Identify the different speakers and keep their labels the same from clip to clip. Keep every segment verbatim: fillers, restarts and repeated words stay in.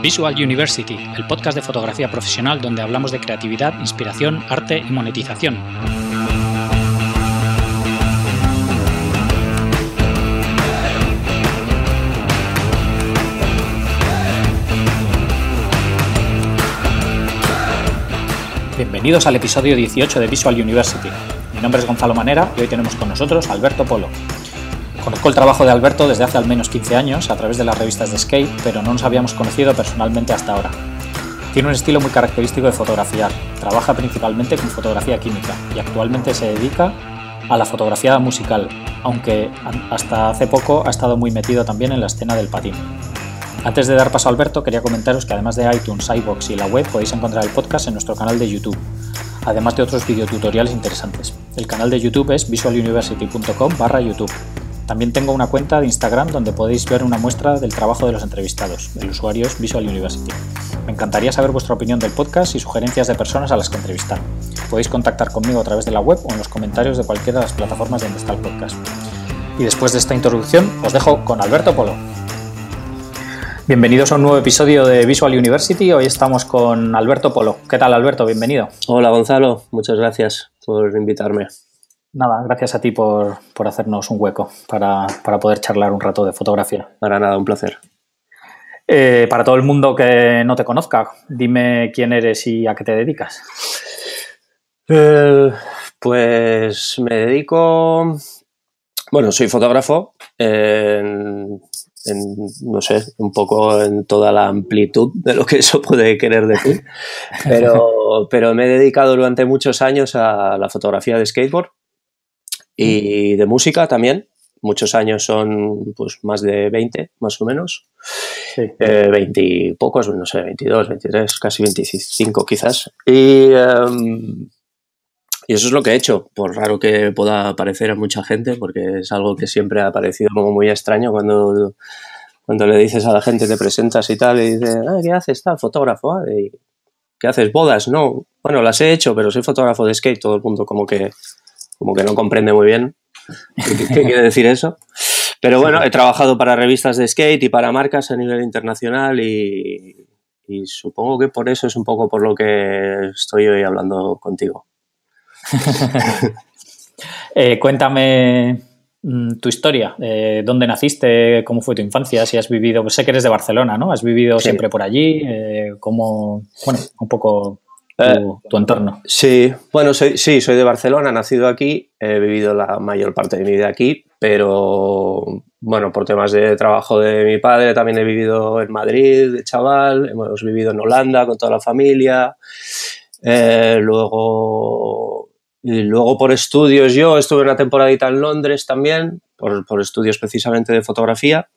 Speaker 1: Visual University, el podcast de fotografía profesional donde hablamos de creatividad, inspiración, arte y monetización. Bienvenidos al episodio dieciocho de Visual University. Mi nombre es Gonzalo Manera y hoy tenemos con nosotros a Alberto Polo. Conozco el trabajo de Alberto desde hace al menos quince años a través de las revistas de skate, pero no nos habíamos conocido personalmente hasta ahora. Tiene un estilo muy característico de fotografiar, trabaja principalmente con fotografía química y actualmente se dedica a la fotografía musical, aunque hasta hace poco ha estado muy metido también en la escena del patín. Antes de dar paso a Alberto, quería comentaros que además de iTunes, iVoox y la web podéis encontrar el podcast en nuestro canal de YouTube, además de otros videotutoriales interesantes. El canal de YouTube es visualuniversity.com barra YouTube. También tengo una cuenta de Instagram donde podéis ver una muestra del trabajo de los entrevistados. El usuario es Visual University. Me encantaría saber vuestra opinión del podcast y sugerencias de personas a las que entrevistar. Podéis contactar conmigo a través de la web o en los comentarios de cualquiera de las plataformas donde está el podcast. Y después de esta introducción, os dejo con Alberto Polo. Bienvenidos a un nuevo episodio de Visual University. Hoy estamos con Alberto Polo. ¿Qué tal, Alberto? Bienvenido.
Speaker 2: Hola, Gonzalo. Muchas gracias por invitarme.
Speaker 1: Nada, gracias a ti por, por hacernos un hueco para, para poder charlar un rato de fotografía.
Speaker 2: Para nada, un placer.
Speaker 1: Eh, para todo el mundo que no te conozca, dime quién eres y a qué te dedicas.
Speaker 2: Eh, pues me dedico... Bueno, soy fotógrafo en, en, no sé, un poco en toda la amplitud de lo que eso puede querer decir, pero, pero me he dedicado durante muchos años a la fotografía de skateboard y de música también. Muchos años son pues más de veinte, más o menos. Sí. Eh, veinte y pocos, no sé, veintidós, veintitrés, casi veinticinco quizás. Y... Um, Y eso es lo que he hecho, por raro que pueda parecer a mucha gente, porque es algo que siempre ha parecido como muy extraño cuando, cuando le dices a la gente, te presentas y tal, y dices, ah, ¿qué haces? Tal, fotógrafo. ¿eh? ¿Qué haces? ¿Bodas? No. Bueno, las he hecho, pero soy fotógrafo de skate. Todo el mundo como que, como que no comprende muy bien qué, qué quiere decir eso. Pero bueno, he trabajado para revistas de skate y para marcas a nivel internacional y, y supongo que por eso es un poco por lo que estoy hoy hablando contigo.
Speaker 1: eh, cuéntame mm, tu historia, eh, dónde naciste, cómo fue tu infancia, si has vivido, pues sé que eres de Barcelona, ¿no? ¿Has vivido sí. siempre por allí? Eh, ¿Cómo, bueno, un poco tu, eh, tu entorno?
Speaker 2: Sí, bueno, soy, sí, soy de Barcelona, nacido aquí, he vivido la mayor parte de mi vida aquí, pero bueno, por temas de trabajo de mi padre también he vivido en Madrid, de chaval, hemos vivido en Holanda con toda la familia, eh, luego... Y luego por estudios yo estuve una temporadita en Londres también, por, por estudios precisamente de fotografía,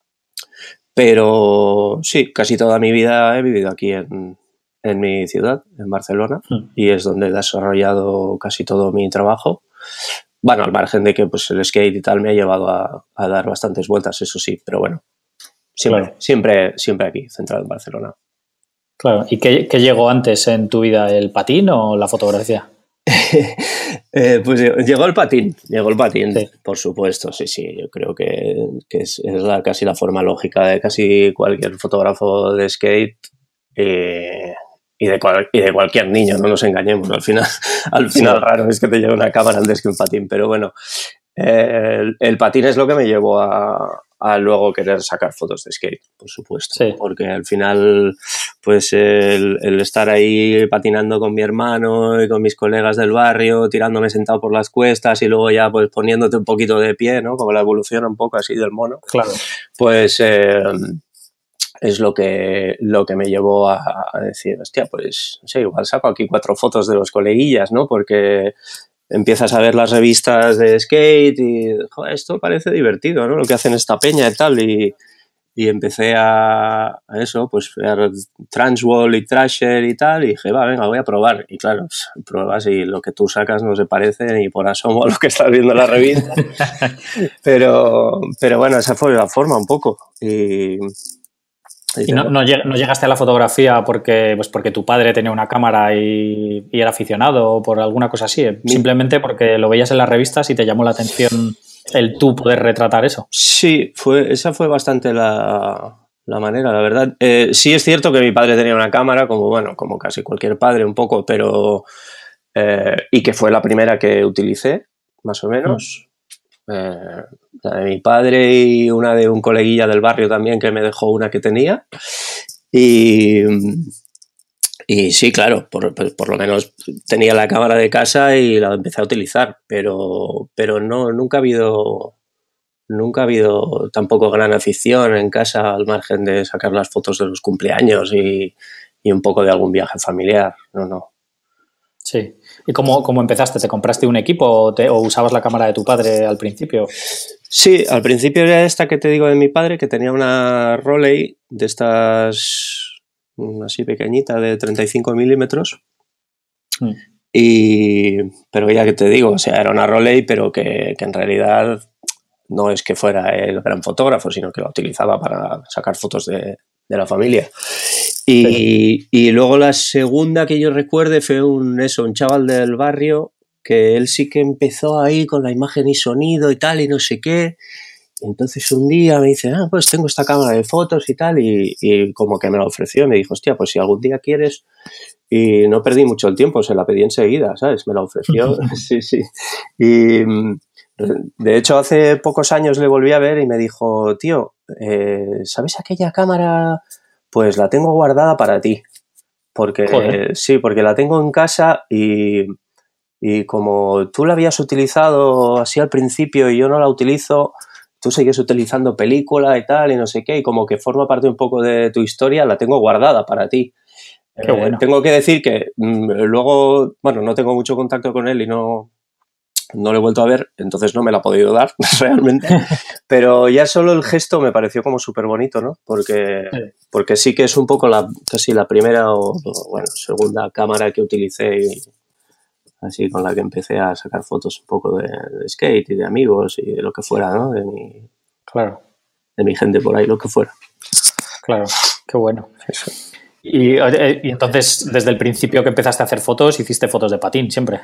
Speaker 2: pero sí, casi toda mi vida he vivido aquí en, en mi ciudad, en Barcelona, mm. y es donde he desarrollado casi todo mi trabajo. Bueno, al margen de que pues, el skate y tal me ha llevado a, a dar bastantes vueltas, eso sí, pero bueno, siempre, claro. siempre, siempre aquí, centrado en Barcelona.
Speaker 1: Claro, ¿y qué, qué llegó antes en tu vida, el patín o la fotografía?
Speaker 2: eh, pues llegó el patín, llegó el patín, sí. Por supuesto, sí, sí, yo creo que, que es, es la, casi la forma lógica de casi cualquier fotógrafo de skate eh, y, de cual, y de cualquier niño, no nos engañemos, al final, al final sí. Raro es que te lleve una cámara antes que un patín, pero bueno, eh, el, el patín es lo que me llevó a, a luego querer sacar fotos de skate, por supuesto, sí. Porque al final pues el, el estar ahí patinando con mi hermano y con mis colegas del barrio, tirándome sentado por las cuestas y luego ya pues poniéndote un poquito de pie, ¿no? Como la evolución un poco así del mono,
Speaker 1: claro.
Speaker 2: Pues eh, es lo que, lo que me llevó a, a decir, hostia, pues no sé, igual saco aquí cuatro fotos de los coleguillas, ¿no? Porque empiezas a ver las revistas de skate y, joder, esto parece divertido, ¿no? Lo que hacen esta peña y tal, y, y empecé a, a eso, pues a Transwall y Thrasher y tal, y dije, va, venga, voy a probar. Y claro, pruebas y lo que tú sacas no se parece ni por asomo a lo que estás viendo en la revista. pero, pero bueno, esa fue la forma un poco. Y...
Speaker 1: ¿Y no, no, no llegaste a la fotografía porque, pues porque tu padre tenía una cámara y, y era aficionado o por alguna cosa así? Simplemente porque lo veías en las revistas y te llamó la atención el tú poder retratar eso.
Speaker 2: Sí, fue, esa fue bastante la, la manera, la verdad. Eh, sí es cierto que mi padre tenía una cámara, como bueno, como casi cualquier padre un poco, pero eh, y que fue la primera que utilicé, más o menos. Mm. Eh, la de mi padre y una de un coleguilla del barrio también que me dejó una que tenía. Y, y sí, claro, por, por lo menos tenía la cámara de casa y la empecé a utilizar, pero, pero no, nunca ha habido... Nunca ha habido tampoco gran afición en casa al margen de sacar las fotos de los cumpleaños y, y un poco de algún viaje familiar. No, no.
Speaker 1: Sí. ¿Y cómo, cómo empezaste? ¿Te compraste un equipo o, te, o usabas la cámara de tu padre al principio?
Speaker 2: Sí, al principio era esta que te digo de mi padre, que tenía una Rolei de estas así pequeñita de treinta y cinco milímetros. Mm. Y, pero ya que te digo, o sea, era una Rolei, pero que, que en realidad no es que fuera el gran fotógrafo, sino que la utilizaba para sacar fotos de, de la familia. Y, sí. y luego la segunda que yo recuerde fue un, eso, un chaval del barrio, que él sí que empezó ahí con la imagen y sonido y tal, y no sé qué. Entonces un día me dice, ah, pues tengo esta cámara de fotos y tal, y, y como que me la ofreció, me dijo, hostia, pues si algún día quieres... Y no perdí mucho el tiempo, se la pedí enseguida, ¿sabes? Me la ofreció, sí, sí. Y... De hecho, hace pocos años le volví a ver y me dijo, tío, eh, ¿sabes aquella cámara? Pues la tengo guardada para ti. Porque Joder. Sí, porque la tengo en casa y, y como tú la habías utilizado así al principio y yo no la utilizo, tú sigues utilizando película y tal y no sé qué, y como que forma parte un poco de tu historia, la tengo guardada para ti.
Speaker 1: Qué bueno.
Speaker 2: Eh, tengo que decir que mmm, luego, bueno, no tengo mucho contacto con él y no... No lo he vuelto a ver, entonces no me la ha podido dar realmente, pero ya solo el gesto me pareció como súper bonito, ¿no? Porque, sí. porque sí que es un poco la, casi la primera o, bueno, segunda cámara que utilicé y así con la que empecé a sacar fotos un poco de, de skate y de amigos y de lo que fuera, ¿no? De mi,
Speaker 1: claro.
Speaker 2: de mi gente por ahí, lo que fuera.
Speaker 1: Claro, qué bueno. Eso. Y, y entonces, desde el principio que empezaste a hacer fotos, hiciste fotos de patín siempre.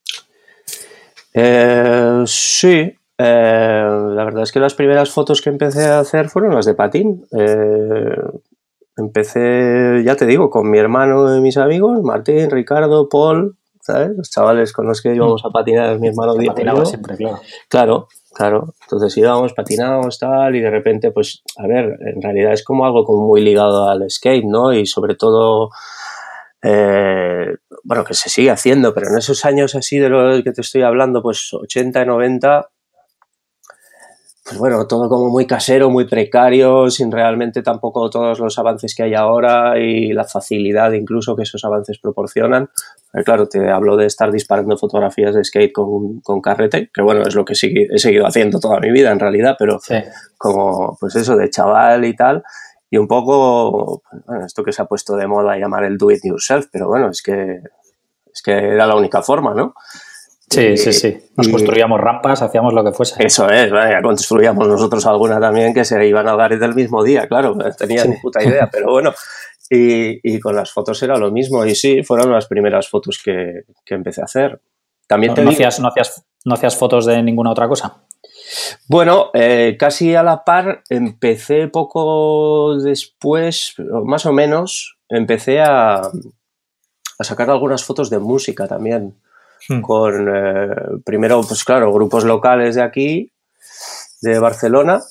Speaker 2: Eh, sí, eh, la verdad es que las primeras fotos que empecé a hacer fueron las de patín. Eh, empecé, ya te digo, con mi hermano y mis amigos, Martín, Ricardo, Paul, ¿sabes? Los chavales con los que íbamos a patinar, mi hermano Diego.
Speaker 1: Patinaba siempre, claro.
Speaker 2: Claro, claro. Entonces íbamos, patinábamos, tal, y de repente, pues, a ver, en realidad es como algo como muy ligado al skate, ¿no? Y sobre todo... Eh, bueno, que se sigue haciendo, pero en esos años así de los que te estoy hablando, pues ochenta, noventa, pues bueno, todo como muy casero, muy precario, sin realmente tampoco todos los avances que hay ahora y la facilidad incluso que esos avances proporcionan. Pero claro, te hablo de estar disparando fotografías de skate con, con carrete, que bueno, es lo que sí, he seguido haciendo toda mi vida en realidad, pero sí. Como pues eso de chaval y tal. Y un poco, bueno, esto que se ha puesto de moda llamar el do it yourself, pero bueno, es que, es que era la única forma, ¿no?
Speaker 1: Sí, y, sí, sí. Nos y, construíamos rampas, hacíamos lo que fuese.
Speaker 2: Eso es, ¿vale? Ya construíamos nosotros alguna también que se iban a dar del mismo día, claro, tenía sí. Ni puta idea, pero bueno. Y, y con las fotos era lo mismo. Y sí, fueron las primeras fotos que, que empecé a hacer. También
Speaker 1: no,
Speaker 2: te
Speaker 1: no,
Speaker 2: digo,
Speaker 1: hacías, no, hacías, ¿No hacías fotos de ninguna otra cosa?
Speaker 2: Bueno, eh, casi a la par, empecé poco después, más o menos, empecé a, a sacar algunas fotos de música también. Hmm. Con, eh, primero, pues claro, grupos locales de aquí, de Barcelona,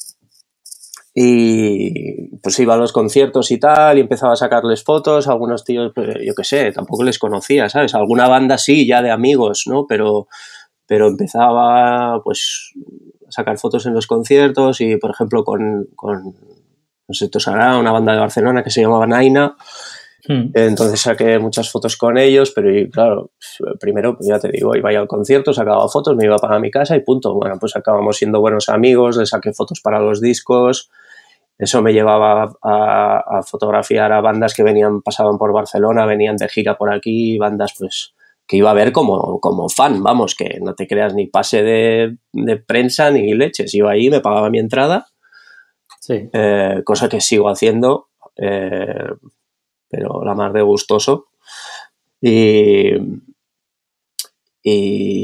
Speaker 2: y pues iba a los conciertos y tal, y empezaba a sacarles fotos, algunos tíos, pues, yo qué sé, tampoco les conocía, ¿sabes? Alguna banda sí, ya de amigos, ¿no? Pero, pero empezaba, pues... sacar fotos en los conciertos y, por ejemplo, con, con no sé, Tosará, una banda de Barcelona que se llamaba Naina. Hmm. Entonces saqué muchas fotos con ellos, pero y, claro, primero, pues ya te digo, iba al concierto, sacaba fotos, me iba para mi casa y punto. Bueno, pues acabamos siendo buenos amigos, le saqué fotos para los discos. Eso me llevaba a, a fotografiar a bandas que venían, pasaban por Barcelona, venían de gira por aquí, bandas pues... que iba a ver como, como fan, vamos, que no te creas ni pase de, de prensa ni leches. Iba ahí, me pagaba mi entrada,
Speaker 1: sí.
Speaker 2: eh, cosa que sigo haciendo, eh, pero la más de gustoso. Y, y,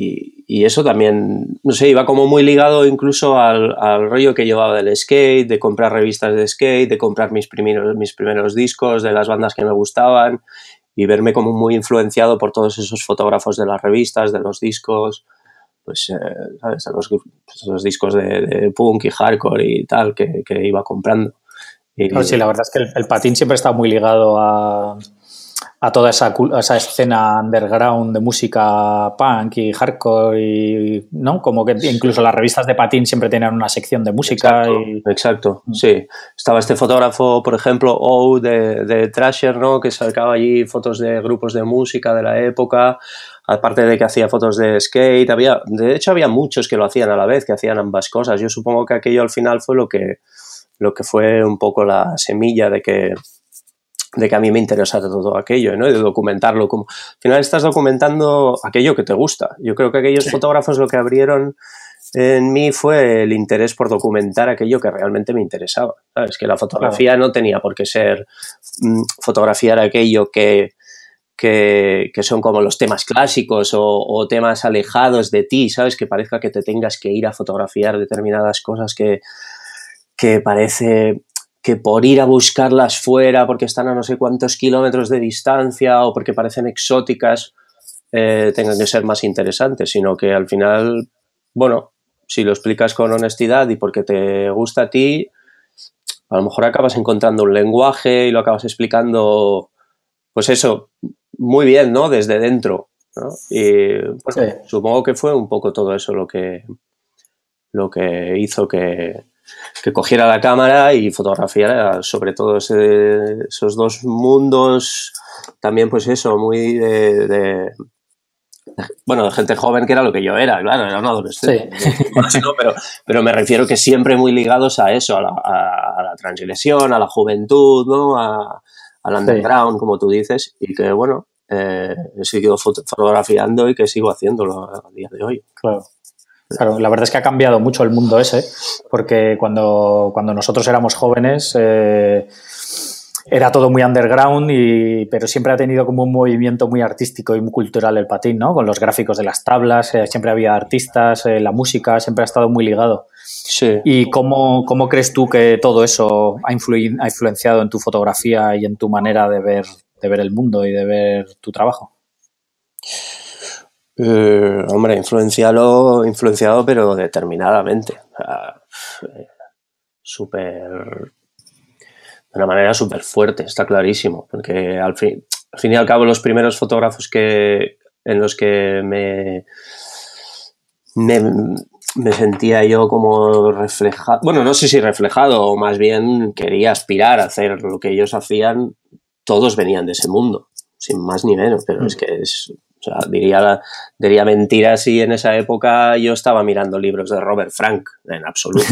Speaker 2: y eso también, no sé, iba como muy ligado incluso al, al rollo que llevaba del skate, de comprar revistas de skate, de comprar mis primeros, mis primeros discos de las bandas que me gustaban y verme como muy influenciado por todos esos fotógrafos de las revistas, de los discos, pues, eh, ¿sabes? Los, pues, los discos de, de punk y hardcore y tal que, que iba comprando. Y,
Speaker 1: no, sí, la verdad es que el, el patín siempre está muy ligado a... a toda esa, a esa escena underground de música punk y hardcore y, ¿no? Como que incluso las revistas de patín siempre tenían una sección de música.
Speaker 2: Exacto,
Speaker 1: y...
Speaker 2: exacto, sí. Estaba este fotógrafo, por ejemplo, O de, de Thrasher, ¿no? Que sacaba allí fotos de grupos de música de la época, aparte de que hacía fotos de skate. Había, de hecho, había muchos que lo hacían a la vez, que hacían ambas cosas. Yo supongo que aquello al final fue lo que, lo que fue un poco la semilla de que de que a mí me interesara todo aquello, ¿no? Y de documentarlo. Como... Al final estás documentando aquello que te gusta. Yo creo que aquellos sí. fotógrafos lo que abrieron en mí fue el interés por documentar aquello que realmente me interesaba. ¿Sabes? Que la fotografía claro. no tenía por qué ser mmm, fotografiar aquello que, que, que son como los temas clásicos o, o temas alejados de ti, ¿sabes? Que parezca que te tengas que ir a fotografiar determinadas cosas que, que parece... que por ir a buscarlas fuera, porque están a no sé cuántos kilómetros de distancia o porque parecen exóticas, eh, tengan que ser más interesantes, sino que al final, bueno, si lo explicas con honestidad y porque te gusta a ti, a lo mejor acabas encontrando un lenguaje y lo acabas explicando, pues eso, muy bien, ¿no? Desde dentro, ¿no? Y bueno, sí. supongo que fue un poco todo eso lo que, lo que hizo que... que cogiera la cámara y fotografiara sobre todo ese, esos dos mundos, también pues eso, muy de, de, de, bueno, de gente joven que era lo que yo era, claro, era un adolescente, sí. no, pero, pero me refiero que siempre muy ligados a eso, a la, a, a la transgresión, a la juventud, ¿no? A, al underground, sí. como tú dices, y que bueno, eh, he seguido fotografiando y que sigo haciéndolo a día de hoy.
Speaker 1: Claro. Claro, la verdad es que ha cambiado mucho el mundo ese, porque cuando, cuando nosotros éramos jóvenes eh, era todo muy underground, y, pero siempre ha tenido como un movimiento muy artístico y muy cultural el patín, ¿no? Con los gráficos de las tablas, eh, siempre había artistas, eh, la música siempre ha estado muy ligado.
Speaker 2: Sí.
Speaker 1: ¿Y cómo, cómo crees tú que todo eso ha, influ- ha influenciado en tu fotografía y en tu manera de ver, de ver el mundo y de ver tu trabajo?
Speaker 2: Eh, hombre, influenciado, influenciado, pero determinadamente. O sea, eh, súper. De una manera súper fuerte, está clarísimo. Porque al fin, al fin y al cabo, los primeros fotógrafos que, en los que me, me, me sentía yo como reflejado. Bueno, no sé si reflejado, o más bien quería aspirar a hacer lo que ellos hacían. Todos venían de ese mundo, sin más ni menos, pero mm. es que es. O sea, diría, diría mentira si en esa época yo estaba mirando libros de Robert Frank, en absoluto.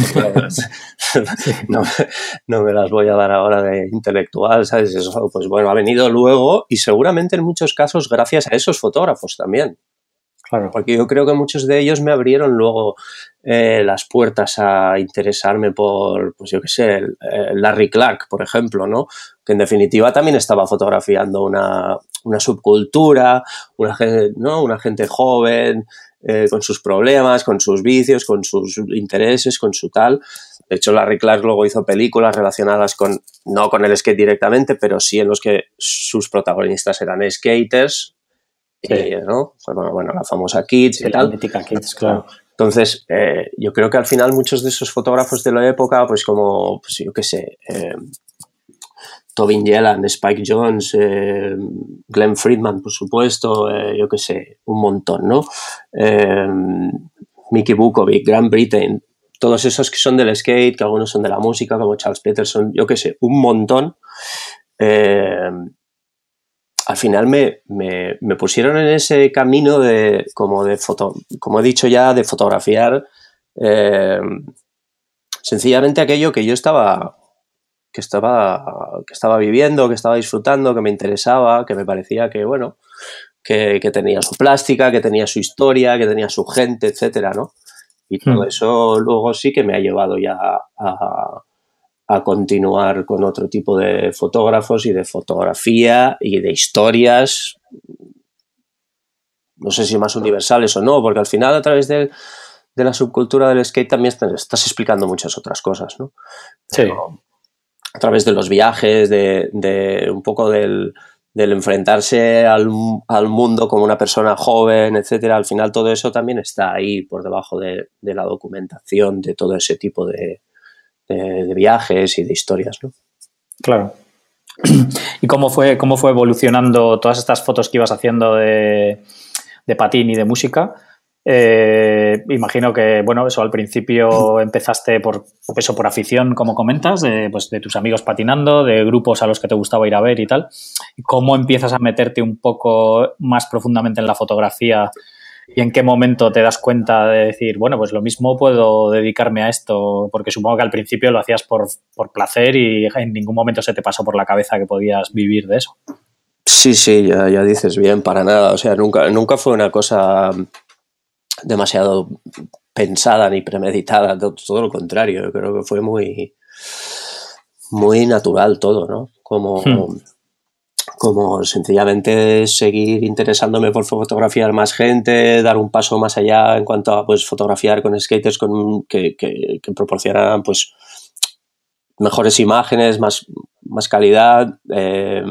Speaker 2: no, no me las voy a dar ahora de intelectual, ¿sabes? Eso, pues bueno, ha venido luego y seguramente en muchos casos gracias a esos fotógrafos también.
Speaker 1: Claro.
Speaker 2: Porque yo creo que muchos de ellos me abrieron luego eh, las puertas a interesarme por, pues yo qué sé, el, el Larry Clark, por ejemplo, ¿no? Que en definitiva también estaba fotografiando una, una subcultura, una gente, ¿no? Una gente joven, eh, con sus problemas, con sus vicios, con sus intereses, con su tal. De hecho, Larry Clark luego hizo películas relacionadas con, no con el skate directamente, pero sí en los que sus protagonistas eran skaters. Sí. Y, ¿no? Bueno, bueno, la famosa Kids
Speaker 1: sí,
Speaker 2: y tal.
Speaker 1: La mítica Kids, claro.
Speaker 2: Entonces, eh, yo creo que al final muchos de esos fotógrafos de la época, pues como, pues yo qué sé, eh, Tobin Yelland, Spike Jonze, eh, Glenn Friedman, por supuesto, eh, yo qué sé, un montón, ¿no? Eh, Mickey Bukovic, Grant Britain, todos esos que son del skate, que algunos son de la música, como Charles Peterson, yo qué sé, un montón. Eh, al final me, me, me pusieron en ese camino de, como de foto, como he dicho ya, de fotografiar eh, sencillamente aquello que yo estaba, que estaba, que estaba viviendo, que estaba disfrutando, que me interesaba, que me parecía que, bueno, que, que tenía su plástica, que tenía su historia, que tenía su gente, etcétera, ¿no? Y todo hmm. eso luego sí que me ha llevado ya a, a continuar con otro tipo de fotógrafos y de fotografía y de historias no sé si más universales o no, porque al final a través de, de la subcultura del skate también estás, estás explicando muchas otras cosas, ¿no?
Speaker 1: Sí.
Speaker 2: Pero a través de los viajes, de, de un poco del, del enfrentarse al, al mundo como una persona joven, etcétera, al final todo eso también está ahí por debajo de, de la documentación de todo ese tipo de, de, de viajes y de historias, ¿no?
Speaker 1: Claro. ¿Y cómo fue, cómo fue evolucionando todas estas fotos que ibas haciendo de, de patín y de música? Eh, imagino que, bueno, eso al principio empezaste por eso, por afición, como comentas, de, pues, de tus amigos patinando, de grupos a los que te gustaba ir a ver y tal. ¿Cómo empiezas a meterte un poco más profundamente en la fotografía y en qué momento te das cuenta de decir, bueno, pues lo mismo puedo dedicarme a esto? Porque supongo que al principio lo hacías por, por placer y en ningún momento se te pasó por la cabeza que podías vivir de eso.
Speaker 2: Sí, sí, ya, ya dices bien, para nada. O sea, nunca, nunca fue una cosa demasiado pensada ni premeditada, todo, todo lo contrario. Yo creo que fue muy, muy natural todo, ¿no? Como... Hmm. como sencillamente seguir interesándome por fotografiar más gente, dar un paso más allá en cuanto a pues fotografiar con skaters con, que, que, que proporcionaran pues mejores imágenes, más, más calidad, eh,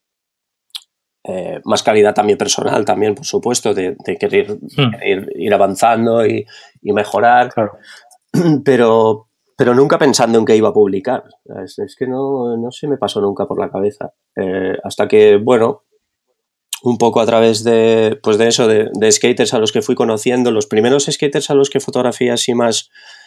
Speaker 2: eh, más calidad también personal, también por supuesto, de, de querer, hmm. querer ir avanzando y, y mejorar,
Speaker 1: claro.
Speaker 2: pero pero nunca pensando en qué iba a publicar. Es, es que no, no se me pasó nunca por la cabeza. Eh, hasta que, bueno, un poco a través de, pues de eso, de, de skaters a los que fui conociendo, los primeros skaters a los que fotografié así más,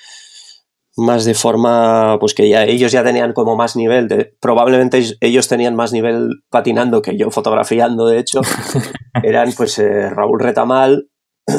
Speaker 2: más de forma, pues que ya ellos ya tenían como más nivel, de, probablemente ellos tenían más nivel patinando que yo fotografiando, de hecho, eran pues eh, Raúl Retamal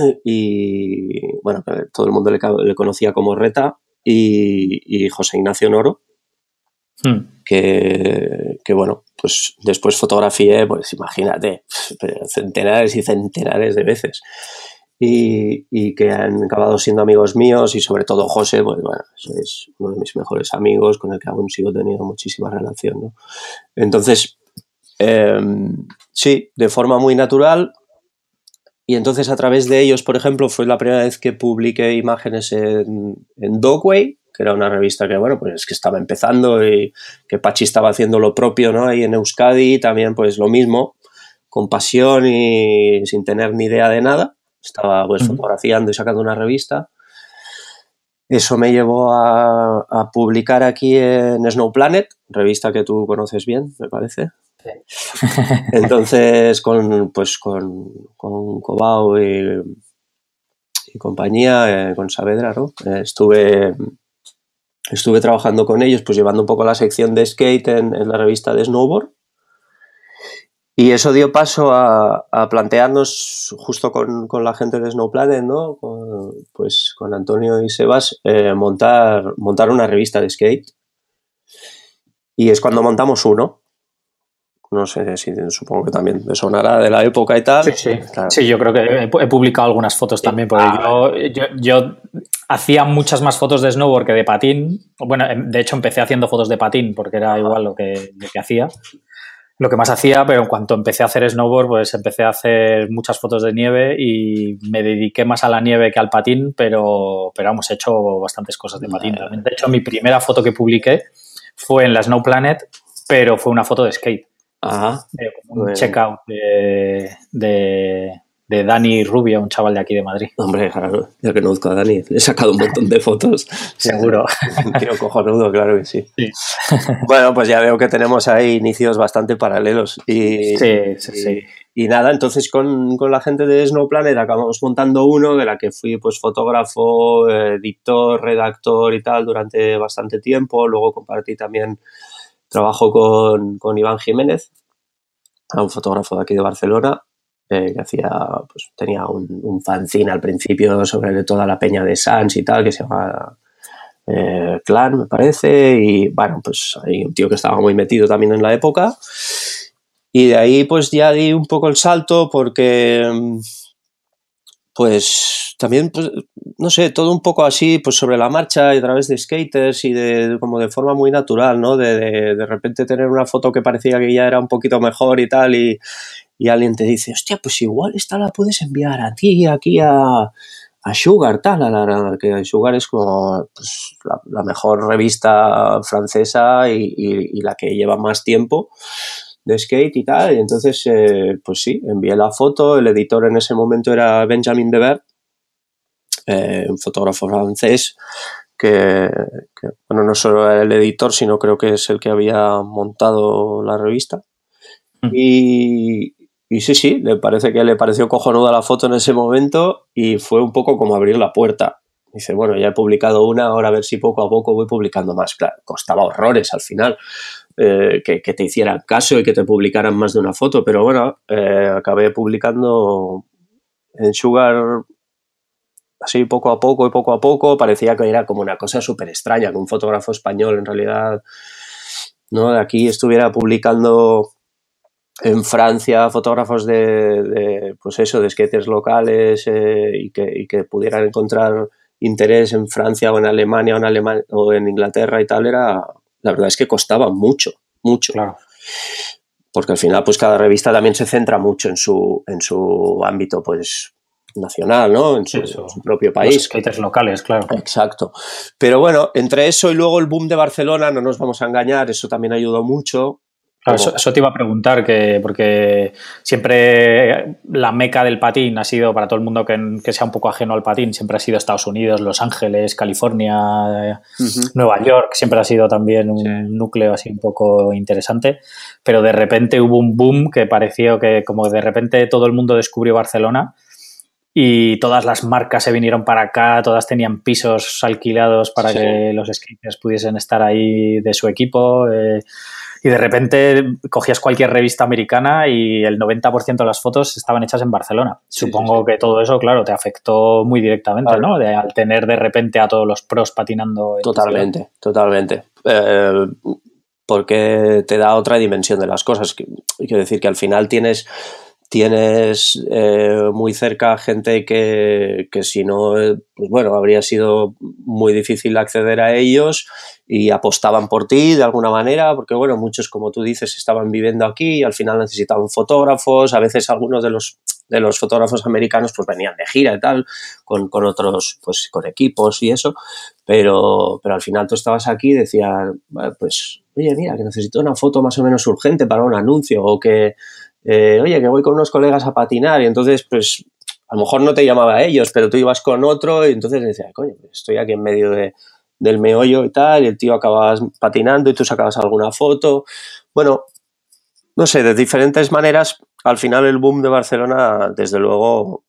Speaker 2: y, bueno, todo el mundo le, le conocía como Reta, Y, y José Ignacio Noro, hmm. que, que bueno, pues después fotografié, pues imagínate, centenares y centenares de veces y, y que han acabado siendo amigos míos y sobre todo José, pues bueno, es uno de mis mejores amigos con el que aún sigo teniendo muchísima relación, ¿no? Entonces, eh, sí, de forma muy natural. Y entonces a través de ellos, por ejemplo, fue la primera vez que publiqué imágenes en, en Dogway, que era una revista que, bueno, pues que estaba empezando y que Pachi estaba haciendo lo propio, ¿no? Ahí en Euskadi también, pues lo mismo, con pasión y sin tener ni idea de nada. Estaba pues uh-huh. fotografiando y sacando una revista. Eso me llevó a, a publicar aquí en Snow Planet, revista que tú conoces bien, me parece. Entonces con pues con, con Cobao y, y compañía, eh, con Saavedra, ¿no? Eh, estuve estuve trabajando con ellos, pues llevando un poco la sección de skate en, en la revista de Snowboard, y eso dio paso a, a plantearnos justo con, con la gente de Snow Planet, ¿no? Con, pues con Antonio y Sebas, eh, montar montar una revista de skate, y es cuando montamos uno. No sé si supongo que también me sonará de la época y tal.
Speaker 1: Sí, sí. Claro. Sí, yo creo que he, he publicado algunas fotos también, porque ah, yo, yo, yo hacía muchas más fotos de snowboard que de patín. Bueno, de hecho empecé haciendo fotos de patín porque era igual lo que, lo que hacía, lo que más hacía, pero en cuanto empecé a hacer snowboard, pues empecé a hacer muchas fotos de nieve y me dediqué más a la nieve que al patín, pero, pero hemos hecho bastantes cosas de patín también. De hecho, mi primera foto que publiqué fue en la Snow Planet, pero fue una foto de skate.
Speaker 2: Ajá.
Speaker 1: Eh, un bueno. checkout de, de, de Dani Rubio, un chaval de aquí de Madrid.
Speaker 2: Hombre, claro, ya que conozco a Dani, le he sacado un montón de fotos.
Speaker 1: Seguro.
Speaker 2: Un tío cojonudo, claro que sí. sí. Bueno, pues ya veo que tenemos ahí inicios bastante paralelos. Y,
Speaker 1: sí, sí,
Speaker 2: y,
Speaker 1: sí.
Speaker 2: Y nada, entonces con, con la gente de Snow Planet acabamos montando uno de la que fui pues fotógrafo, editor, redactor y tal durante bastante tiempo. Luego compartí también trabajo con, con Iván Jiménez, un fotógrafo de aquí de Barcelona, eh, que hacía, pues tenía un, un fanzine al principio sobre toda la peña de Sans y tal, que se llama eh, Clan, me parece, y bueno, pues hay un tío que estaba muy metido también en la época, y de ahí pues ya di un poco el salto porque pues también, pues, no sé, todo un poco así, pues sobre la marcha y a través de skaters y de como de forma muy natural, ¿no? De, de, de repente tener una foto que parecía que ya era un poquito mejor y tal y, y alguien te dice, hostia, pues igual esta la puedes enviar a ti, aquí a, a Sugar, tal, a la, que Sugar es como pues, la, la mejor revista francesa y, y, y la que lleva más tiempo de skate y tal, y entonces, eh, pues sí, envié la foto, el editor en ese momento era Benjamin Devers, eh, un fotógrafo francés que, que, bueno, no solo era el editor, sino creo que es el que había montado la revista. Mm. Y, y sí, sí, le parece que le pareció cojonuda la foto en ese momento y fue un poco como abrir la puerta. Dice, bueno, ya he publicado una, ahora a ver si poco a poco voy publicando más. Claro, costaba horrores al final. Eh, que, que te hicieran caso y que te publicaran más de una foto, pero bueno, eh, acabé publicando en Sugar así poco a poco y poco a poco. Parecía que era como una cosa súper extraña, que un fotógrafo español en realidad, ¿no?, de aquí estuviera publicando en Francia fotógrafos de, de pues eso, de skaters locales eh, y, que, y que pudieran encontrar interés en Francia o en Alemania o en, Alema- o en Inglaterra y tal, era... La verdad es que costaba mucho, mucho.
Speaker 1: Claro.
Speaker 2: Porque al final, pues cada revista también se centra mucho en su, en su ámbito, pues, nacional, ¿no? En su, en su propio país.
Speaker 1: Los skaters locales, claro.
Speaker 2: Exacto. Pero bueno, entre eso y luego el boom de Barcelona, no nos vamos a engañar, eso también ayudó mucho.
Speaker 1: Claro, eso, eso te iba a preguntar, que porque siempre la meca del patín ha sido, para todo el mundo que, que sea un poco ajeno al patín, siempre ha sido Estados Unidos, Los Ángeles, California, uh-huh. Nueva York, siempre ha sido también un sí. núcleo así un poco interesante, pero de repente hubo un boom que pareció que como de repente todo el mundo descubrió Barcelona y todas las marcas se vinieron para acá, todas tenían pisos alquilados para sí. que los skaters pudiesen estar ahí de su equipo, eh, y de repente cogías cualquier revista americana y el noventa por ciento de las fotos estaban hechas en Barcelona. Sí, Supongo sí, sí. que todo eso, claro, te afectó muy directamente, claro. ¿no? De, al tener de repente a todos los pros patinando. En
Speaker 2: totalmente, totalmente. Eh, porque te da otra dimensión de las cosas. Quiero decir que al final tienes... Tienes eh, muy cerca gente que, que si no, eh, pues bueno, habría sido muy difícil acceder a ellos y apostaban por ti de alguna manera, porque bueno, muchos, como tú dices, estaban viviendo aquí y al final necesitaban fotógrafos, a veces algunos de los, de los fotógrafos americanos pues venían de gira y tal, con, con otros, pues con equipos y eso, pero, pero al final tú estabas aquí y decías, bueno, pues, oye, mira, que necesito una foto más o menos urgente para un anuncio o que Eh, oye, que voy con unos colegas a patinar y entonces, pues, a lo mejor no te llamaba a ellos, pero tú ibas con otro y entonces decías, coño, estoy aquí en medio de, del meollo y tal, y el tío acabas patinando y tú sacabas alguna foto. Bueno, no sé, de diferentes maneras, al final el boom de Barcelona, desde luego,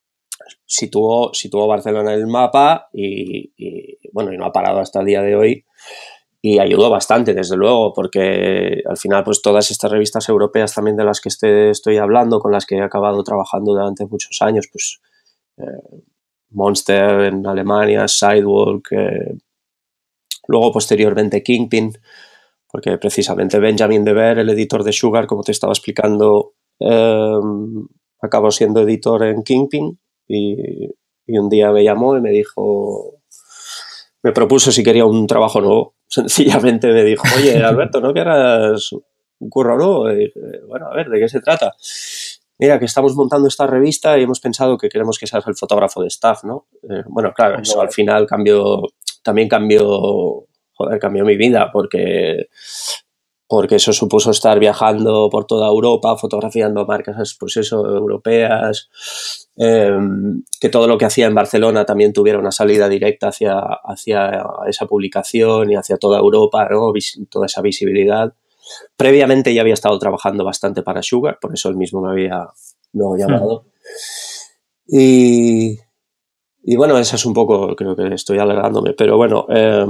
Speaker 2: situó, situó Barcelona en el mapa y, y, bueno, y no ha parado hasta el día de hoy. Y ayudó bastante, desde luego, porque al final pues todas estas revistas europeas también de las que este, estoy hablando, con las que he acabado trabajando durante muchos años, pues eh, Monster en Alemania, Sidewalk, eh, luego posteriormente Kingpin, porque precisamente Benjamin Devers, el editor de Sugar, como te estaba explicando, eh, acabó siendo editor en Kingpin y, y un día me llamó y me dijo, me propuso si quería un trabajo nuevo. Sencillamente me dijo, oye, Alberto, ¿no querrás un curro nuevo? Y dije, bueno, a ver, ¿de qué se trata? Mira, que estamos montando esta revista y hemos pensado que queremos que seas el fotógrafo de staff, ¿no? Eh, bueno, claro, eso al final cambió, también cambió, joder, cambió mi vida, porque, porque eso supuso estar viajando por toda Europa, fotografiando marcas, pues eso, europeas, eh, que todo lo que hacía en Barcelona también tuviera una salida directa hacia, hacia esa publicación y hacia toda Europa, ¿no? Vis- toda esa visibilidad. Previamente ya había estado trabajando bastante para Sugar, por eso él mismo me había luego llamado. Hmm. Y, y bueno, esa es un poco, creo que estoy alargándome, pero bueno, eh,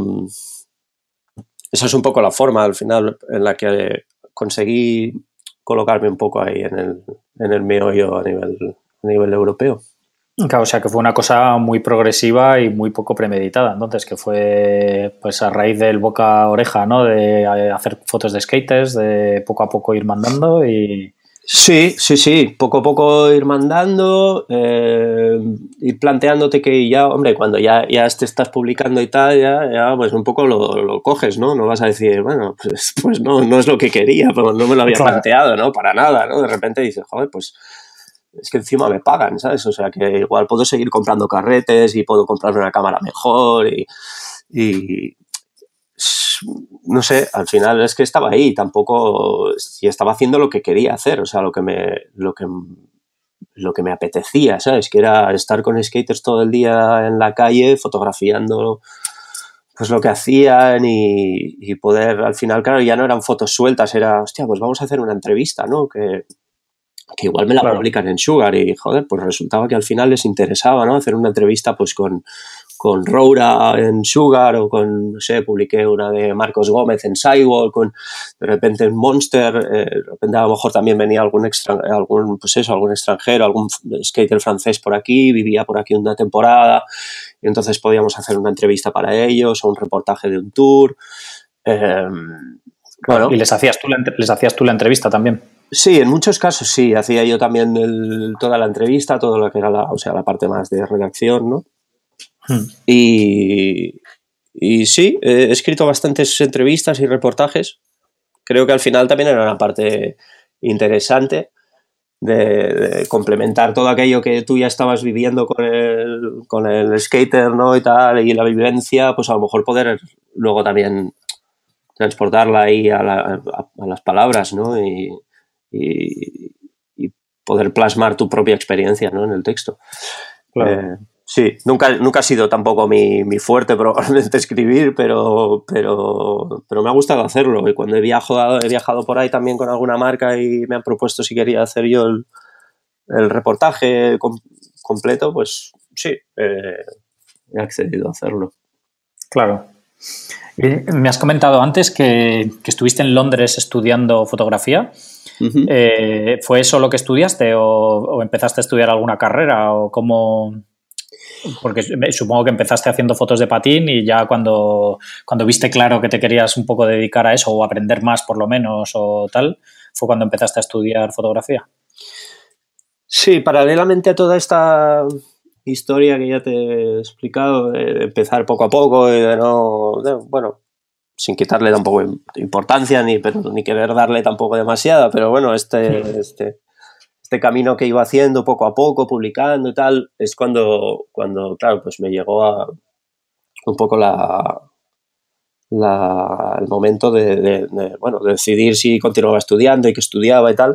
Speaker 2: esa es un poco la forma al final en la que conseguí colocarme un poco ahí en el, en el meollo a nivel, a nivel europeo.
Speaker 1: Claro, o sea que fue una cosa muy progresiva y muy poco premeditada, entonces, que fue pues a raíz del boca a oreja, ¿no? De hacer fotos de skaters, de poco a poco ir mandando y,
Speaker 2: Sí, sí, sí, poco a poco ir mandando, eh, ir planteándote que ya, hombre, cuando ya, ya te estás publicando y tal, ya, ya pues un poco lo, lo coges, ¿no? No vas a decir, bueno, pues, pues no, no es lo que quería, pero no me lo había
Speaker 1: Claro.
Speaker 2: planteado, ¿no? Para nada, ¿no? De repente dices, joder, pues es que encima me pagan, ¿sabes? O sea, que igual puedo seguir comprando carretes y puedo comprarme una cámara mejor y, y no sé, al final es que estaba ahí, tampoco, y estaba haciendo lo que quería hacer, o sea, lo que me, lo que, lo que me apetecía, ¿sabes? Que era estar con skaters todo el día en la calle, fotografiando pues lo que hacían y, y poder, al final, claro, ya no eran fotos sueltas, era, hostia, pues vamos a hacer una entrevista, ¿no? Que, que igual me la
Speaker 1: Claro.
Speaker 2: publican en Sugar y, joder, pues resultaba que al final les interesaba, ¿no? Hacer una entrevista, pues, con, con Roura en Sugar o con, no sé, publiqué una de Marcos Gómez en Sidewalk, con, de repente en Monster, eh, de repente a lo mejor también venía algún, extra, algún, pues eso, algún extranjero, algún skater francés por aquí, vivía por aquí una temporada y entonces podíamos hacer una entrevista para ellos o un reportaje de un tour. Eh,
Speaker 1: Claro.
Speaker 2: bueno.
Speaker 1: ¿Y les hacías, tú la, les hacías tú la entrevista también?
Speaker 2: Sí, en muchos casos sí. Hacía yo también el, toda la entrevista, todo lo que era la, o sea, la parte más de redacción, ¿no?
Speaker 1: Hmm.
Speaker 2: Y, y sí, he escrito bastantes entrevistas y reportajes. Creo que al final también era una parte interesante de, de complementar todo aquello que tú ya estabas viviendo con el, con el skater, ¿no? Y tal, y la vivencia, pues a lo mejor poder luego también transportarla ahí a, la, a, a las palabras, ¿no? Y, y, y poder plasmar tu propia experiencia, ¿no? En el texto.
Speaker 1: Claro.
Speaker 2: Eh, sí, nunca, nunca ha sido tampoco mi, mi fuerte probablemente escribir, pero, pero, pero me ha gustado hacerlo. Y cuando he viajado, he viajado por ahí también con alguna marca y me han propuesto si quería hacer yo el, el reportaje com, completo, pues sí, eh, he accedido a hacerlo.
Speaker 1: Claro. Me has comentado antes que, que estuviste en Londres estudiando fotografía. Uh-huh. Eh, ¿Fue eso lo que estudiaste o, o empezaste a estudiar alguna carrera o cómo? Porque supongo que empezaste haciendo fotos de patín y ya cuando, cuando viste claro que te querías un poco dedicar a eso o aprender más por lo menos o tal, fue cuando empezaste a estudiar fotografía.
Speaker 2: Sí, paralelamente a toda esta historia que ya te he explicado, de empezar poco a poco y de no, de, bueno, sin quitarle tampoco importancia ni, pero, ni querer darle tampoco demasiada, pero bueno, este, este, este camino que iba haciendo poco a poco, publicando y tal, es cuando, cuando claro, pues me llegó a un poco la, la el momento de, de, de, bueno, de decidir si continuaba estudiando y qué estudiaba y tal.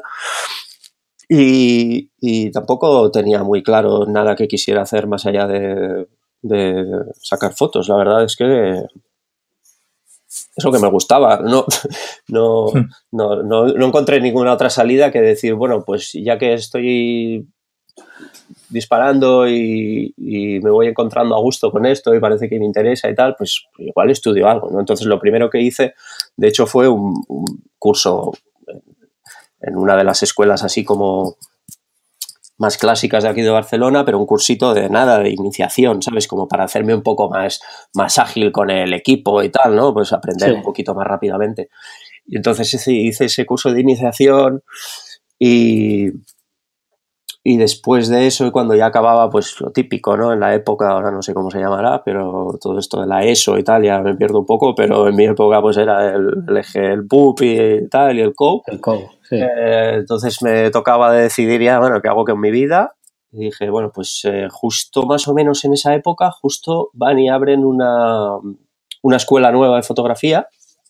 Speaker 2: Y, y tampoco tenía muy claro nada que quisiera hacer más allá de, de sacar fotos. La verdad es que es lo que me gustaba. No, no, no, no, no encontré ninguna otra salida que decir, bueno, pues ya que estoy disparando y, y me voy encontrando a gusto con esto y parece que me interesa y tal, pues igual estudio algo, ¿no? Entonces lo primero que hice, de hecho, fue un, un curso en una de las escuelas así como más clásicas de aquí de Barcelona, pero un cursito de nada, de iniciación, ¿sabes? Como para hacerme un poco más, más ágil con el equipo y tal, ¿no? Pues aprender sí. un poquito más rápidamente. Y entonces hice ese curso de iniciación y, y después de eso, cuando ya acababa, pues lo típico, ¿no? En la época, ahora no sé cómo se llamará, pero todo esto de la ESO y tal, ya me pierdo un poco, pero en mi época pues era el, el eje, el B U P y tal, y el C O U.
Speaker 1: El C O U, sí.
Speaker 2: Eh, entonces me tocaba decidir ya, bueno, ¿qué hago con mi vida? Y dije, bueno, pues eh, justo más o menos en esa época, justo van y abren una, una escuela nueva de fotografía.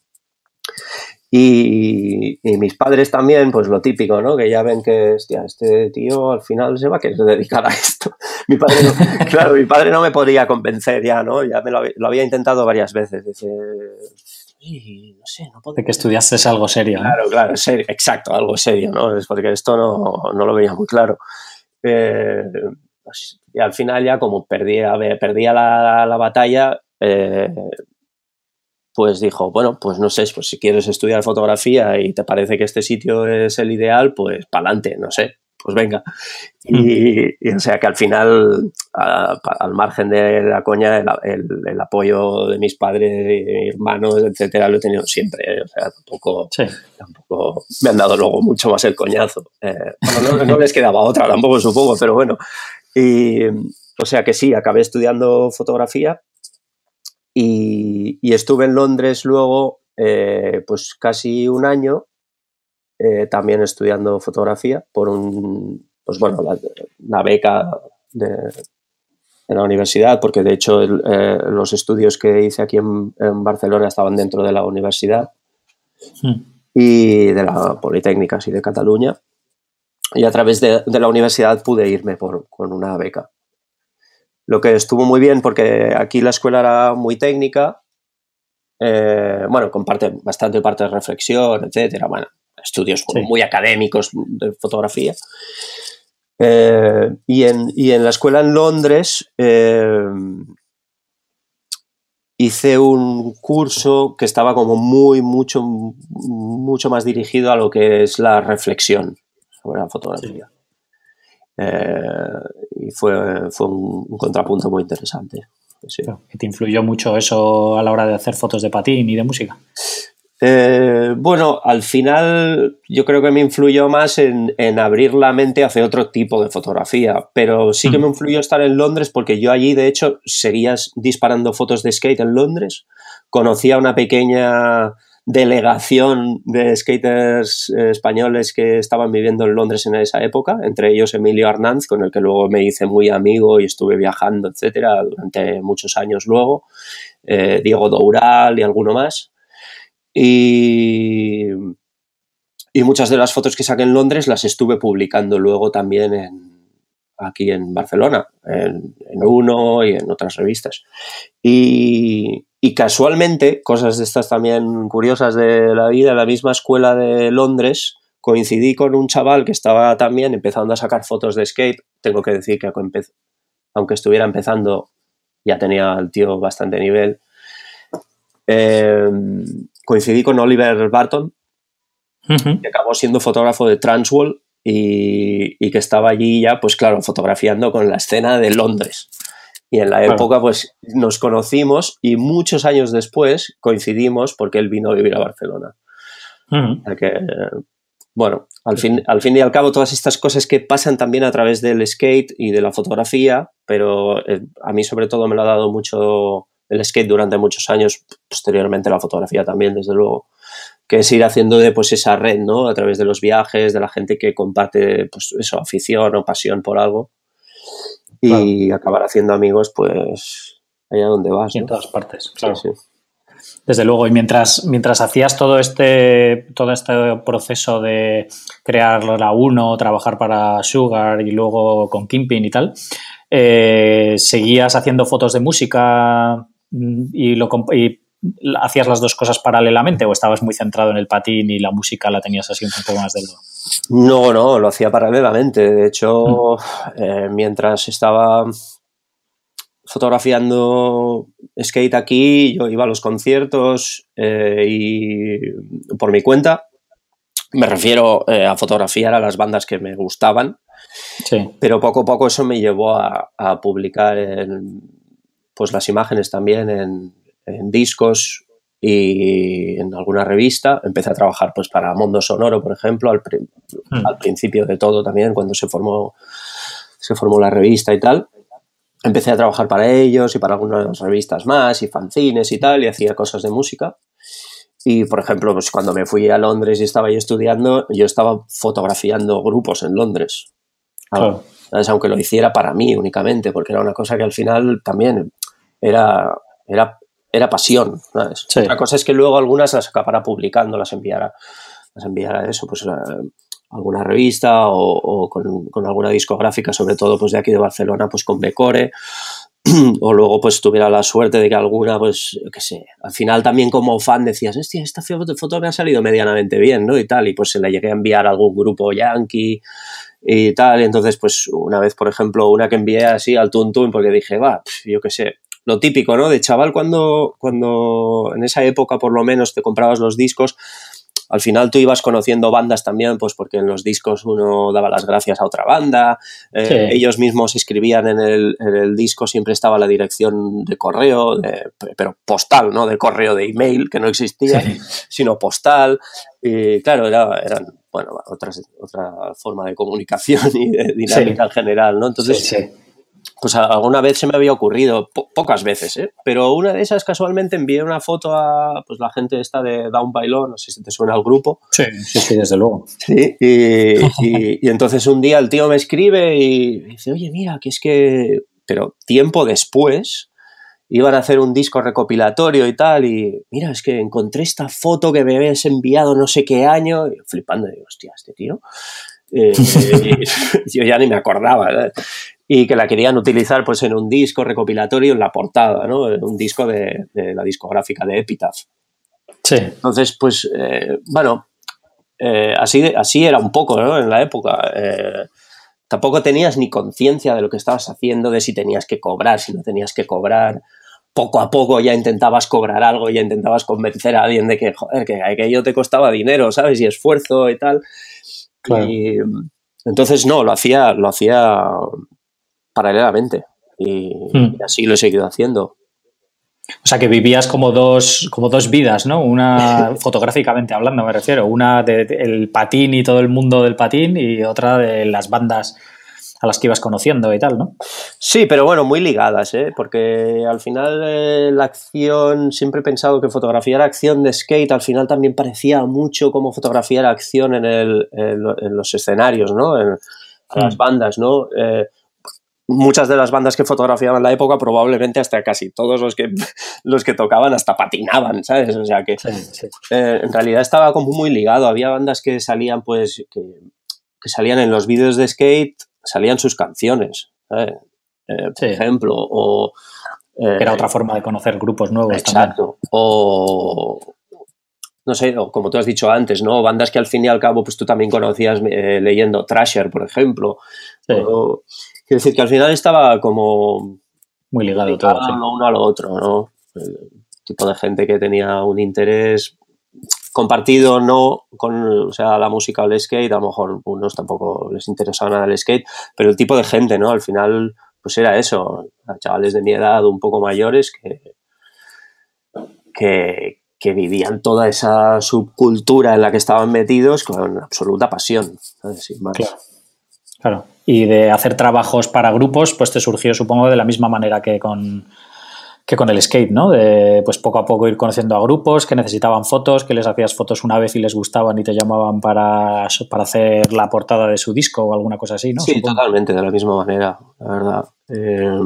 Speaker 2: Y, y mis padres también, pues lo típico, ¿no? Que ya ven que, hostia, este tío al final se va a querer dedicar a esto. Mi padre no, claro, mi padre no me podía convencer ya, ¿no? Ya me lo, lo había intentado varias veces. Dice, no sé, no puedo...
Speaker 1: De que estudiases algo serio,
Speaker 2: Claro,
Speaker 1: ¿no?
Speaker 2: claro, serio, exacto, algo serio, ¿no? Es porque esto no, no lo veía muy claro. Eh, y al final ya como perdía, perdía la, la batalla... Eh, pues dijo, bueno, pues no sé, pues si quieres estudiar fotografía y te parece que este sitio es el ideal, pues pa'lante, no sé. pues venga. Y, y o sea que al final, a, al margen de la coña, el, el, el apoyo de mis padres, de mi hermano, etcétera, lo he tenido siempre, ¿eh? O sea, tampoco, sí. tampoco me han dado luego mucho más el coñazo. Eh, bueno, no, no les quedaba otra tampoco, supongo, pero bueno. Y, o sea que sí, acabé estudiando fotografía y, y estuve en Londres luego, eh, pues casi un año, eh, también estudiando fotografía por un... pues bueno, la, la beca de, de la universidad, porque de hecho el, eh, los estudios que hice aquí en, en Barcelona estaban dentro de la universidad sí. y de la Politécnica, así de Cataluña, y a través de, de la universidad pude irme por, con una beca. Lo que estuvo muy bien porque aquí la escuela era muy técnica, eh, bueno, con parte, bastante parte de reflexión, etcétera, bueno, estudios sí. muy académicos de fotografía. Eh, y, en, y en la escuela en Londres eh, hice un curso que estaba como muy, mucho, mucho más dirigido a lo que es la reflexión sobre la fotografía. Sí. Eh, y fue, fue un, un contrapunto muy interesante. Sí.
Speaker 1: ¿Te influyó mucho eso a la hora de hacer fotos de patín y de música?
Speaker 2: Eh, bueno, al final yo creo que me influyó más en, en abrir la mente hacia otro tipo de fotografía, pero sí que me influyó estar en Londres porque yo allí, de hecho, seguía disparando fotos de skate en Londres, conocía una pequeña delegación de skaters eh, españoles que estaban viviendo en Londres en esa época, entre ellos Emilio Arnanz, con el que luego me hice muy amigo y estuve viajando, etcétera, durante muchos años luego, eh, Diego Doural y alguno más. Y, y muchas de las fotos que saqué en Londres las estuve publicando luego también en, aquí en Barcelona, en, en Uno y en otras revistas. Y, y casualmente, cosas de estas también curiosas de la vida, en la misma escuela de Londres, coincidí con un chaval que estaba también empezando a sacar fotos de skate. Tengo que decir que aunque estuviera empezando, ya tenía el tío bastante nivel. Eh, coincidí con Oliver Barton, uh-huh. que acabó siendo fotógrafo de Transworld y, y que estaba allí ya, pues claro, fotografiando con la escena de Londres. Y en la claro. época, pues nos conocimos y muchos años después coincidimos porque él vino a vivir a Barcelona. Uh-huh. O sea que, bueno, al fin, al fin y al cabo, todas estas cosas que pasan también a través del skate y de la fotografía, pero eh, a mí sobre todo me lo ha dado mucho el skate durante muchos años, posteriormente la fotografía también, desde luego, que es ir haciendo de pues esa red, ¿no? A través de los viajes, de la gente que comparte pues eso, afición o pasión por algo y claro. acabar haciendo amigos pues allá donde vas,
Speaker 1: y en
Speaker 2: ¿no?
Speaker 1: todas partes, claro.
Speaker 2: Sí, sí.
Speaker 1: Desde luego, y mientras, mientras hacías todo este, todo este proceso de crear la Uno, trabajar para Sugar y luego con Kingpin y tal, eh, ¿seguías haciendo fotos de música y, lo, y hacías las dos cosas paralelamente o estabas muy centrado en el patín y la música la tenías así un poco más de lado?
Speaker 2: No, no, lo hacía paralelamente. De hecho, mm. eh, mientras estaba fotografiando skate aquí, yo iba a los conciertos eh, y por mi cuenta, me refiero eh, a fotografiar a las bandas que me gustaban, sí. pero poco a poco eso me llevó a, a publicar en, pues las imágenes también en, en discos y en alguna revista. Empecé a trabajar pues para Mondo Sonoro, por ejemplo, al, mm. al principio de todo también, cuando se formó, se formó la revista y tal. Empecé a trabajar para ellos y para algunas revistas más y fanzines y tal, y hacía cosas de música. Y, por ejemplo, pues cuando me fui a Londres y estaba ahí estudiando, yo estaba fotografiando grupos en Londres. Claro. ¿Sabes? Aunque lo hiciera para mí únicamente, porque era una cosa que al final también era, era, era pasión, ¿sabes? Sí. Otra cosa es que luego algunas las acabara publicando, las enviara, las enviara a eso, pues a alguna revista o, o con, con alguna discográfica, sobre todo pues de aquí de Barcelona, pues con Becore, o luego pues tuviera la suerte de que alguna, pues, qué sé, al final también como fan decías, hostia, esta foto, foto me ha salido medianamente bien, ¿no? Y tal, y pues se la llegué a enviar a algún grupo yankee y tal, y entonces pues una vez, por ejemplo, una que envié así al tuntún porque dije, va, yo qué sé, lo típico, ¿no? De chaval cuando, cuando en esa época por lo menos te comprabas los discos, al final tú ibas conociendo bandas también, pues porque en los discos uno daba las gracias a otra banda, eh, sí. Ellos mismos escribían en el, en el disco, siempre estaba la dirección de correo, de, pero postal, no de correo de email, que no existía, sí. Sino postal, y claro, era, eran, bueno, otras, otra forma de comunicación y de dinámica, sí. En general, ¿no? Entonces, sí, sí. Pues alguna vez se me había ocurrido, po pocas veces, ¿eh? Pero una de esas casualmente envié una foto a pues, la gente esta de Down by Law, no sé si te suena el grupo.
Speaker 1: Sí, sí, sí, desde luego.
Speaker 2: Sí, y, y, y entonces un día el tío me escribe y dice, oye, mira, que es que... Pero tiempo después iban a hacer un disco recopilatorio y tal, y mira, es que encontré esta foto que me habías enviado no sé qué año, y flipando, y digo, hostia, este tío... Eh, yo ya ni me acordaba, ¿verdad? Y que la querían utilizar pues en un disco recopilatorio en la portada, ¿no? En un disco de, de la discográfica de Epitaph.
Speaker 1: Sí.
Speaker 2: Entonces, pues, eh, bueno, eh, así, así era un poco, ¿no? En la época. Eh, tampoco tenías ni conciencia de lo que estabas haciendo, de si tenías que cobrar, si no tenías que cobrar. Poco a poco ya intentabas cobrar algo, ya intentabas convencer a alguien de que, joder, que aquello te costaba dinero, ¿sabes? Y esfuerzo y tal. Claro. Y entonces, no, lo hacía, lo hacía paralelamente y, mm. y así lo he seguido haciendo.
Speaker 1: O sea, que vivías como dos, como dos vidas, ¿no? Una, fotográficamente hablando, me refiero, una del de, de patín y todo el mundo del patín y otra de las bandas a las que ibas conociendo y tal, ¿no?
Speaker 2: Sí, pero bueno, muy ligadas, ¿eh? Porque al final eh, la acción, siempre he pensado que fotografiar acción de skate al final también parecía mucho como fotografiar acción en, el, en, en los escenarios, ¿no? En, a las mm. bandas, ¿no? Eh, muchas de las bandas que fotografiaban en la época probablemente hasta casi todos los que, los que tocaban hasta patinaban, ¿sabes? O sea que sí, sí. Eh, en realidad estaba como muy ligado. Había bandas que salían, pues, que, que salían en los vídeos de skate, salían sus canciones, ¿sabes? Eh, por sí. ejemplo, o...
Speaker 1: Eh, Era otra forma de conocer grupos nuevos.
Speaker 2: Exacto. También. O... no sé, o como tú has dicho antes, ¿no? Bandas que al fin y al cabo pues tú también conocías eh, leyendo Thrasher, por ejemplo. Sí. O, quiero decir que al final estaba como...
Speaker 1: muy ligado, ligado todo.
Speaker 2: Sí. Lo uno a lo otro, ¿no? El tipo de gente que tenía un interés compartido, no con, o sea, la música o el skate, a lo mejor unos tampoco les interesaba nada el skate, pero el tipo de gente, ¿no? Al final, pues era eso, chavales de mi edad un poco mayores que... que que vivían toda esa subcultura en la que estaban metidos con absoluta pasión, ¿sabes? Sin más.
Speaker 1: Claro. Claro. Y de hacer trabajos para grupos, pues te surgió, supongo, de la misma manera que con, que con el skate, ¿no? De pues poco a poco ir conociendo a grupos que necesitaban fotos, que les hacías fotos una vez y les gustaban y te llamaban para, para hacer la portada de su disco o alguna cosa así, ¿no?
Speaker 2: Sí,
Speaker 1: supongo.
Speaker 2: Totalmente, de la misma manera, la verdad. Eh,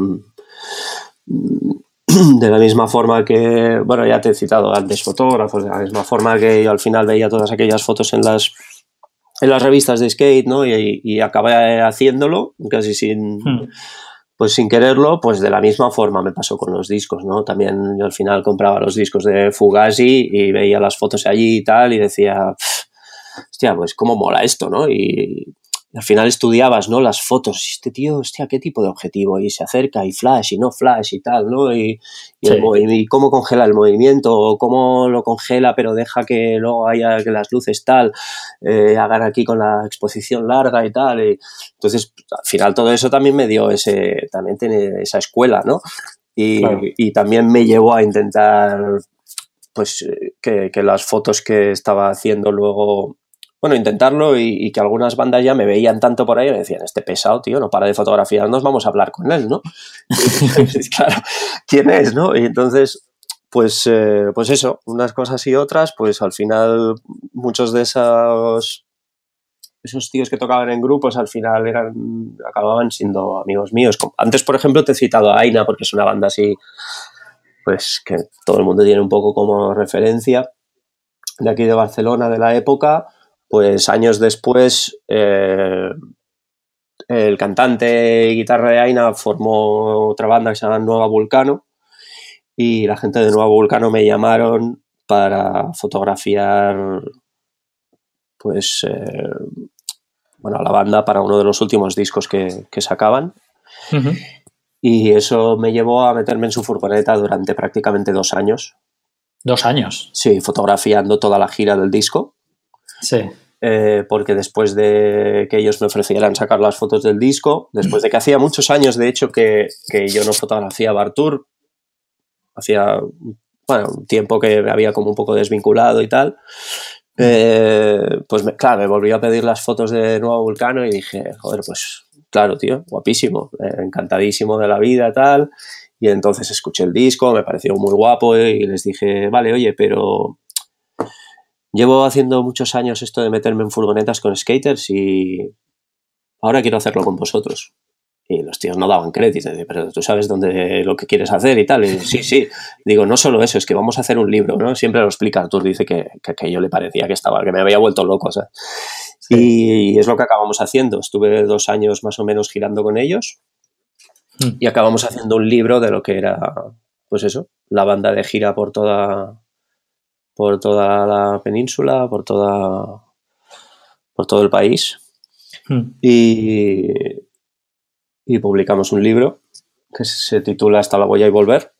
Speaker 2: de la misma forma que, bueno, ya te he citado antes fotógrafos, de la misma forma que yo al final veía todas aquellas fotos en las en las revistas de skate, ¿no? Y, y acabé haciéndolo, casi sin, hmm. pues sin quererlo, pues de la misma forma me pasó con los discos, ¿no? También yo al final compraba los discos de Fugazi y veía las fotos allí y tal y decía, hostia, pues cómo mola esto, ¿no? Y, y al final estudiabas, ¿no? Las fotos, este tío, hostia, ¿qué tipo de objetivo? Y se acerca y flash y no flash y tal, ¿no? Y, y, sí. el, y cómo congela el movimiento, o cómo lo congela pero deja que luego haya que las luces tal, eh, hagan aquí con la exposición larga y tal. Y entonces, al final todo eso también me dio ese, también tiene esa escuela, ¿no? Y, claro. y también me llevó a intentar, pues, que, que las fotos que estaba haciendo luego... Bueno, intentarlo y, y que algunas bandas ya me veían tanto por ahí y me decían, este pesado, tío, no para de fotografiarnos, vamos a hablar con él, ¿no? Y, claro, ¿quién es, no? Y entonces, pues, eh, pues eso, unas cosas y otras, pues al final muchos de esos, esos tíos que tocaban en grupos al final eran acababan siendo amigos míos. Antes, por ejemplo, te he citado a Aina porque es una banda así, pues que todo el mundo tiene un poco como referencia, de aquí de Barcelona, de la época. Pues años después, eh, el cantante y guitarra de Aina formó otra banda que se llama Nueva Vulcano y la gente de Nueva Vulcano me llamaron para fotografiar pues eh, bueno, a la banda para uno de los últimos discos que, que sacaban. Uh-huh. Y eso me llevó a meterme en su furgoneta durante prácticamente dos años.
Speaker 1: ¿Dos años?
Speaker 2: Sí, fotografiando toda la gira del disco.
Speaker 1: Sí.
Speaker 2: Eh, porque después de que ellos me ofrecieran sacar las fotos del disco, después de que hacía muchos años, de hecho, que, que yo no fotografiaba Artur, hacía, bueno, un tiempo que me había como un poco desvinculado y tal, eh, pues me, claro, me volví a pedir las fotos de Nuevo Vulcano y dije, joder, pues claro, tío, guapísimo, eh, encantadísimo de la vida, tal, y entonces escuché el disco, me pareció muy guapo y les dije, vale, oye, pero llevo haciendo muchos años esto de meterme en furgonetas con skaters y ahora quiero hacerlo con vosotros. Y los tíos no daban crédito, pero tú sabes dónde lo que quieres hacer y tal. Y sí, sí. Digo, no solo eso, es que vamos a hacer un libro, ¿no? Siempre lo explica Artur, dice que, que, que yo le parecía que estaba, que me había vuelto loco, ¿sabes? Sí. Y es lo que acabamos haciendo. Estuve dos años más o menos girando con ellos mm. y acabamos haciendo un libro de lo que era, pues eso, la banda de gira por toda, por toda la península, por toda, por todo el país. Mm. Y... y publicamos un libro que se titula Hasta la huella y volver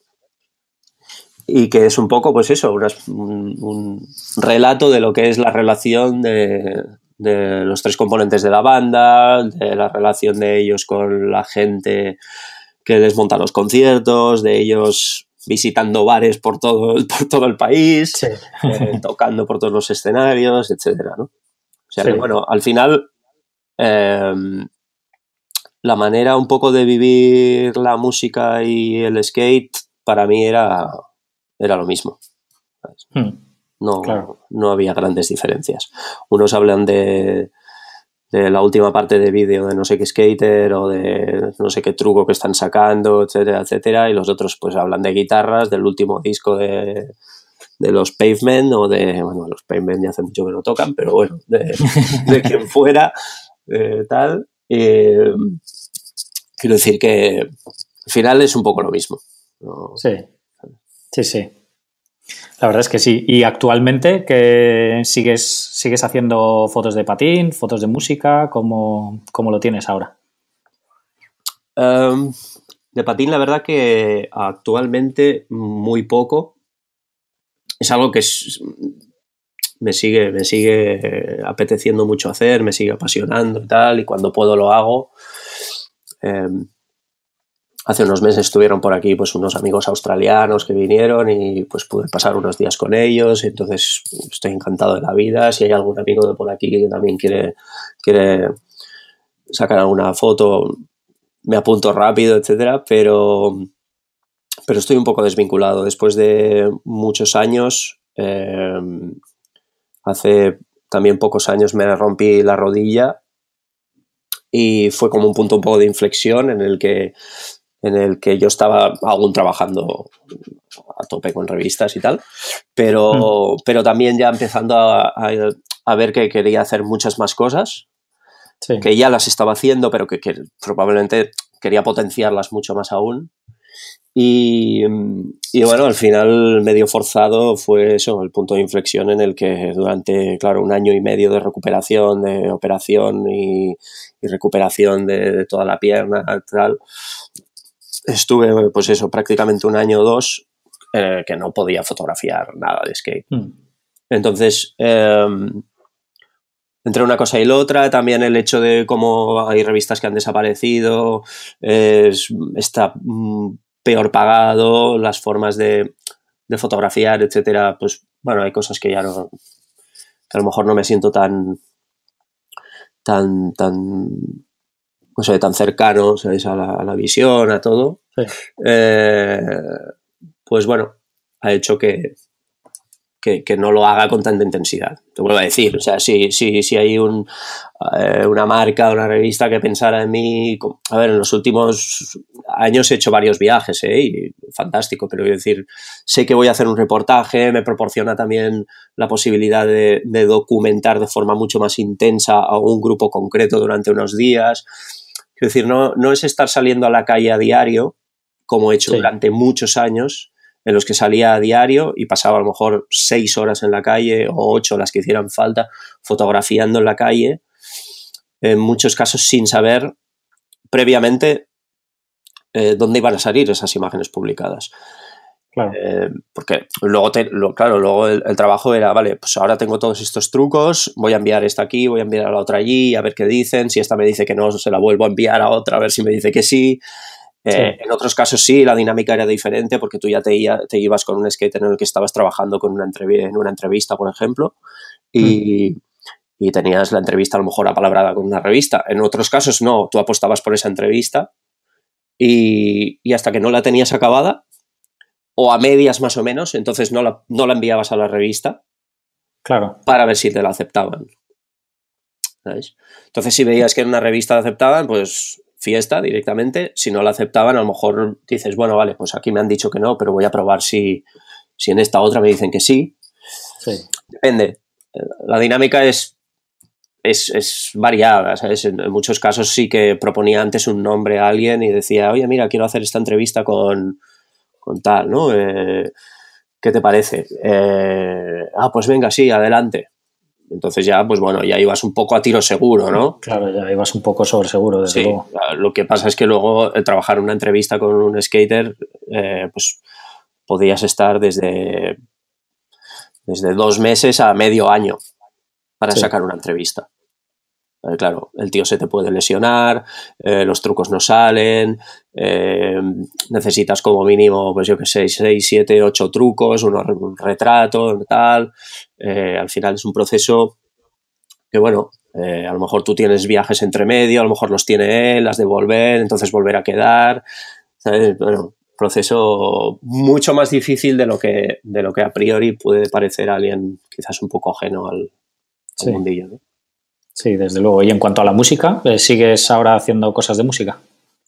Speaker 2: y que es un poco, pues eso, una, un, un relato de lo que es la relación de, de los tres componentes de la banda, de la relación de ellos con la gente que les monta los conciertos, de ellos visitando bares por todo, por todo el país, sí. eh, tocando por todos los escenarios, etcétera, ¿no? O sea sí. que, bueno, al final... Eh, la manera un poco de vivir la música y el skate para mí era, era lo mismo. Hmm, no, claro. no había grandes diferencias. Unos hablan de, de la última parte de vídeo de no sé qué skater o de no sé qué truco que están sacando, etcétera, etcétera, y los otros pues hablan de guitarras, del último disco de, de los Pavement o de, bueno, los Pavement ya hace mucho que no tocan, pero bueno, de, de quien fuera, eh, tal. Eh, quiero decir que al final es un poco lo mismo, ¿no?
Speaker 1: Sí, sí, sí. La verdad es que sí. ¿Y actualmente que sigues, sigues haciendo fotos de patín, fotos de música? ¿Cómo, cómo lo tienes ahora?
Speaker 2: Um, de patín, la verdad que actualmente muy poco. Es algo que es, me sigue, me sigue apeteciendo mucho hacer, me sigue apasionando y tal, y cuando puedo lo hago. Eh, hace unos meses estuvieron por aquí pues unos amigos australianos que vinieron y pues pude pasar unos días con ellos, entonces estoy encantado de la vida. Si hay algún amigo de por aquí que también quiere, quiere sacar alguna foto, me apunto rápido, etcétera, pero, pero estoy un poco desvinculado. Después de muchos años, eh, hace también pocos años me rompí la rodilla y fue como un punto un poco de inflexión en el que, en el que yo estaba aún trabajando a tope con revistas y tal, pero, mm. pero también ya empezando a, a, a ver que quería hacer muchas más cosas, sí. que ya las estaba haciendo, pero que, que probablemente quería potenciarlas mucho más aún. Y, y bueno, al final medio forzado fue eso, el punto de inflexión en el que durante, claro, un año y medio de recuperación, de operación y, y recuperación de, de toda la pierna, tal, estuve, pues eso, prácticamente un año o dos eh, que no podía fotografiar nada de skate. Mm. Entonces, eh, entre una cosa y la otra, también el hecho de cómo hay revistas que han desaparecido, eh, está mm, peor pagado, las formas de, de fotografiar, etcétera, pues bueno, hay cosas que ya no, que a lo mejor no me siento tan tan, tan no sé, tan cercano, ¿sabes? A la, a la visión, a todo, sí. eh, pues bueno, ha hecho que, que, que no lo haga con tanta intensidad. Te vuelvo a decir, o sea, si, si, si hay un, eh, una marca, una revista que pensara en mí, a ver, en los últimos años he hecho varios viajes, ¿eh? Y fantástico, pero quiero decir, sé que voy a hacer un reportaje, me proporciona también la posibilidad de, de documentar de forma mucho más intensa a un grupo concreto durante unos días. Quiero decir, no, no es estar saliendo a la calle a diario, como he hecho sí. durante muchos años, en los que salía a diario y pasaba a lo mejor seis horas en la calle o ocho las que hicieran falta fotografiando en la calle, en muchos casos sin saber previamente eh, dónde iban a salir esas imágenes publicadas.
Speaker 1: Claro.
Speaker 2: Eh, porque luego, te, lo, claro, luego el, el trabajo era, vale, pues ahora tengo todos estos trucos, voy a enviar esta aquí, voy a enviar a la otra allí, a ver qué dicen, si esta me dice que no, se la vuelvo a enviar a otra, a ver si me dice que sí. Eh, sí. En otros casos sí, la dinámica era diferente porque tú ya te, te ibas con un skater en el que estabas trabajando con una entrev- en una entrevista, por ejemplo, y, mm. y tenías la entrevista a lo mejor apalabrada con una revista. En otros casos no, tú apostabas por esa entrevista y, y hasta que no la tenías acabada, o a medias más o menos, entonces no la, no la enviabas a la revista,
Speaker 1: claro,
Speaker 2: para ver si te la aceptaban, ¿sabes? Entonces si veías que en una revista la aceptaban, pues fiesta directamente. Si no la aceptaban, a lo mejor dices, bueno, vale, pues aquí me han dicho que no, pero voy a probar si, si en esta otra me dicen que sí.
Speaker 1: Sí.
Speaker 2: Depende. La dinámica es, es, es variada, ¿sabes? En, en muchos casos sí que proponía antes un nombre a alguien y decía, oye, mira, quiero hacer esta entrevista con... con tal, ¿no? Eh, ¿Qué te parece? Eh, ah, pues venga, sí, adelante. Entonces ya, pues bueno, ya ibas un poco a tiro seguro, ¿no?
Speaker 1: Claro, ya ibas un poco sobre seguro, desde
Speaker 2: sí,
Speaker 1: luego.
Speaker 2: Lo que pasa es que luego el trabajar en una entrevista con un skater, eh, pues podías estar desde, desde dos meses a medio año para sí. sacar una entrevista. Eh, claro, el tío se te puede lesionar, eh, los trucos no salen, eh, necesitas como mínimo, pues yo que sé, seis, siete, ocho trucos, uno, un retrato, tal. Eh, al final es un proceso que, bueno, eh, a lo mejor tú tienes viajes entre medio, a lo mejor los tiene él, has de volver, entonces volver a quedar. ¿Sabes? Bueno, proceso mucho más difícil de lo que, de lo que a priori puede parecer a alguien quizás un poco ajeno al, al
Speaker 1: sí.
Speaker 2: mundillo, ¿no?
Speaker 1: Sí, desde luego. Y en cuanto a la música, ¿sigues ahora haciendo cosas de música?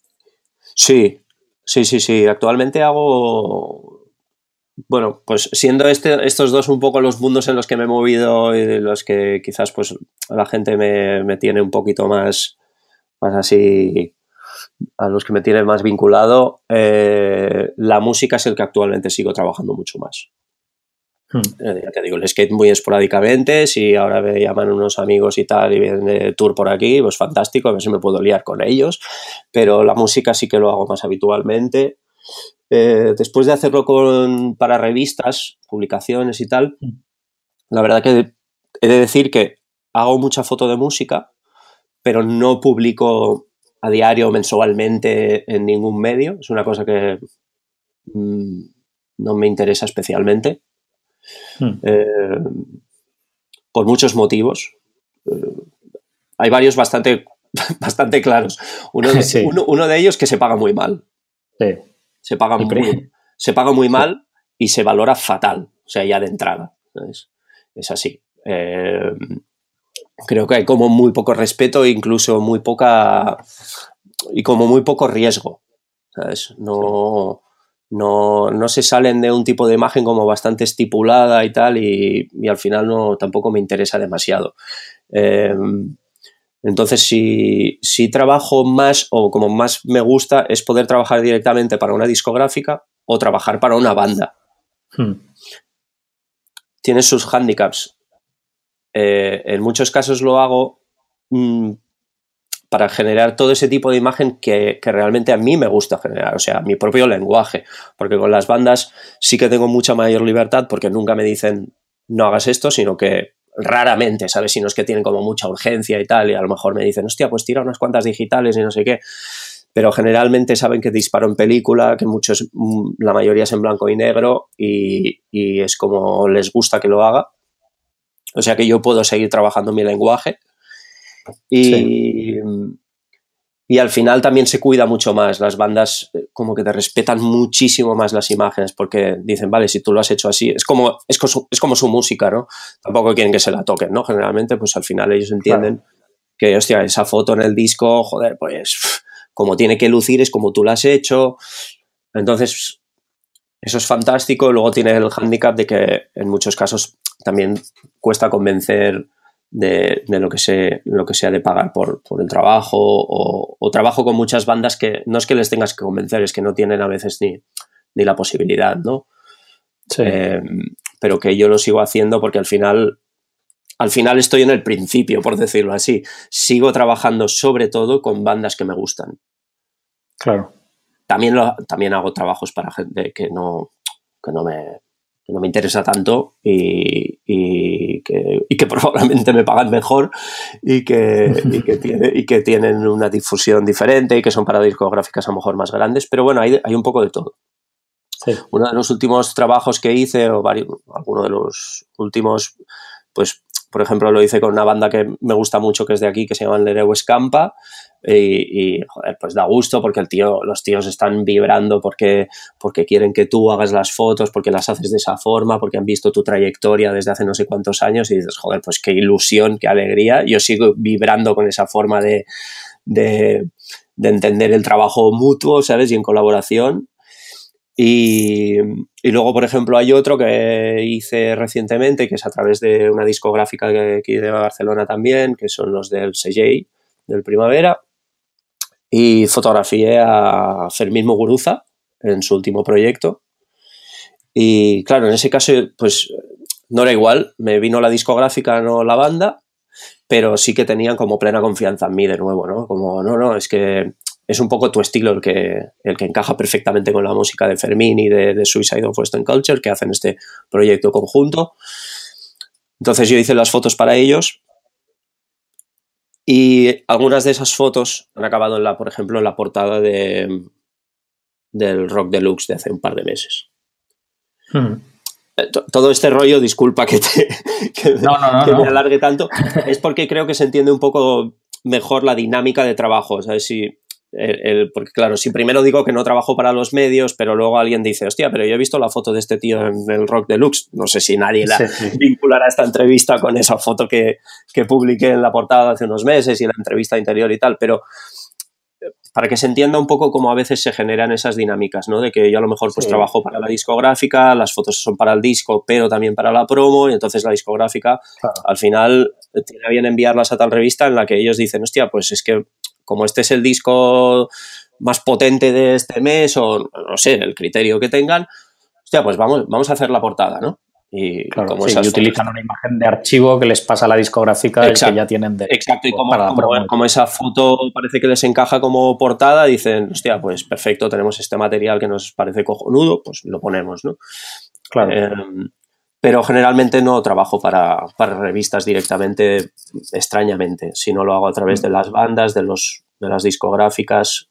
Speaker 2: Sí, sí, sí, sí. Actualmente hago... Bueno, pues siendo este, estos dos un poco los mundos en los que me he movido y de los que quizás pues la gente me, me tiene un poquito más, más así, a los que me tiene más vinculado, eh, la música es el que actualmente sigo trabajando mucho más. Hmm. Ya te digo, el skate muy esporádicamente, si ahora me llaman unos amigos y tal y vienen de tour por aquí, pues fantástico, a ver si me puedo liar con ellos, pero la música sí que lo hago más habitualmente. Eh, después de hacerlo con, para revistas, publicaciones y tal, hmm. la verdad que he de decir que hago mucha foto de música, pero no publico a diario o mensualmente en ningún medio, es una cosa que mmm, no me interesa especialmente. Hmm. Eh, por muchos motivos. Eh, hay varios bastante, bastante claros. Uno de, sí. uno, uno de ellos que se paga muy mal.
Speaker 1: Sí.
Speaker 2: Se paga muy, se paga muy sí. mal y se valora fatal, o sea, ya de entrada. ¿Sabes? Es así. Eh, creo que hay como muy poco respeto e incluso muy poca... y como muy poco riesgo. ¿Sabes? No... Sí. No, no se salen de un tipo de imagen como bastante estipulada y tal y, y al final no, tampoco me interesa demasiado. Eh, entonces, si, si trabajo más o como más me gusta es poder trabajar directamente para una discográfica o trabajar para una banda. Hmm. Tiene sus hándicaps. Eh, en muchos casos lo hago mmm, para generar todo ese tipo de imagen que, que realmente a mí me gusta generar, o sea, mi propio lenguaje, porque con las bandas sí que tengo mucha mayor libertad porque nunca me dicen no hagas esto, sino que raramente, ¿sabes? Si no es que tienen como mucha urgencia y tal, y a lo mejor me dicen, hostia, pues tira unas cuantas digitales y no sé qué, pero generalmente saben que disparo en película, que muchos, la mayoría es en blanco y negro y, y es como les gusta que lo haga, o sea que yo puedo seguir trabajando mi lenguaje. Y, sí. y al final también se cuida mucho más. Las bandas como que te respetan muchísimo más las imágenes porque dicen, vale, si tú lo has hecho así, es como, es como, su, es como su música, ¿no? Tampoco quieren que se la toquen, ¿no? Generalmente, pues al final ellos entienden claro. que, hostia, esa foto en el disco, joder, pues como tiene que lucir es como tú la has hecho. Entonces, eso es fantástico. Luego tiene el hándicap de que en muchos casos también cuesta convencer De, de lo que se lo que sea de pagar por, por el trabajo o, o trabajo con muchas bandas que no es que les tengas que convencer, es que no tienen a veces ni, ni la posibilidad, ¿no? Sí. Eh, pero que yo lo sigo haciendo porque al final al final estoy en el principio, por decirlo así. Sigo trabajando sobre todo con bandas que me gustan.
Speaker 1: Claro.
Speaker 2: También, lo, también hago trabajos para gente que no que no me, que no me interesa tanto y, y, que, y que probablemente me pagan mejor y que, y, que tiene, y que tienen una difusión diferente y que son para discográficas a lo mejor más grandes, pero bueno, hay, hay un poco de todo. Sí. Uno de los últimos trabajos que hice, o varios, alguno de los últimos, pues, por ejemplo, lo hice con una banda que me gusta mucho, que es de aquí, que se llama Lereu Escampa, y, y, joder, pues da gusto porque el tío, los tíos están vibrando porque, porque quieren que tú hagas las fotos, porque las haces de esa forma, porque han visto tu trayectoria desde hace no sé cuántos años y dices, joder, pues qué ilusión, qué alegría. Yo sigo vibrando con esa forma de, de, de entender el trabajo mutuo, ¿sabes? Y en colaboración. Y, y luego, por ejemplo, hay otro que hice recientemente, que es a través de una discográfica que aquí de Barcelona también, que son los del Segell, del Primavera, y fotografié a Fermín Muguruza en su último proyecto. Y claro, en ese caso, pues no era igual, me vino la discográfica, no la banda, pero sí que tenían como plena confianza en mí de nuevo, ¿no? Como, no, no, es que es un poco tu estilo el que, el que encaja perfectamente con la música de Fermín y de, de Suicide of Western Culture, que hacen este proyecto conjunto. Entonces yo hice las fotos para ellos y algunas de esas fotos han acabado, en la, por ejemplo, en la portada de, del Rock Deluxe de hace un par de meses. Hmm. Todo este rollo, disculpa que, te, que, no, no, no, que me alargue tanto, es porque creo que se entiende un poco mejor la dinámica de trabajo, ¿sabes? Si... El, el, porque claro, si primero digo que no trabajo para los medios, pero luego alguien dice, hostia, pero yo he visto la foto de este tío en el Rock Deluxe, no sé si nadie la sí, sí. vinculará esta entrevista con esa foto que, que publiqué en la portada hace unos meses y la entrevista interior y tal, pero para que se entienda un poco cómo a veces se generan esas dinámicas, ¿no? De que yo a lo mejor pues sí. trabajo para la discográfica, las fotos son para el disco, pero también para la promo, y entonces la discográfica claro. al final tiene bien enviarlas a tal revista en la que ellos dicen, hostia, pues es que como este es el disco más potente de este mes, o no sé, el criterio que tengan, hostia, pues vamos, vamos a hacer la portada, ¿no? Y,
Speaker 1: claro, como sí, y utilizan una imagen de archivo que les pasa a la discográfica y que ya tienen de
Speaker 2: exacto, y como, como, como esa foto parece que les encaja como portada, dicen, hostia, pues perfecto, tenemos este material que nos parece cojonudo, pues lo ponemos, ¿no?
Speaker 1: Claro.
Speaker 2: Eh, pero generalmente no trabajo para, para revistas directamente, extrañamente, sino lo hago a través de las bandas, de, los, de las discográficas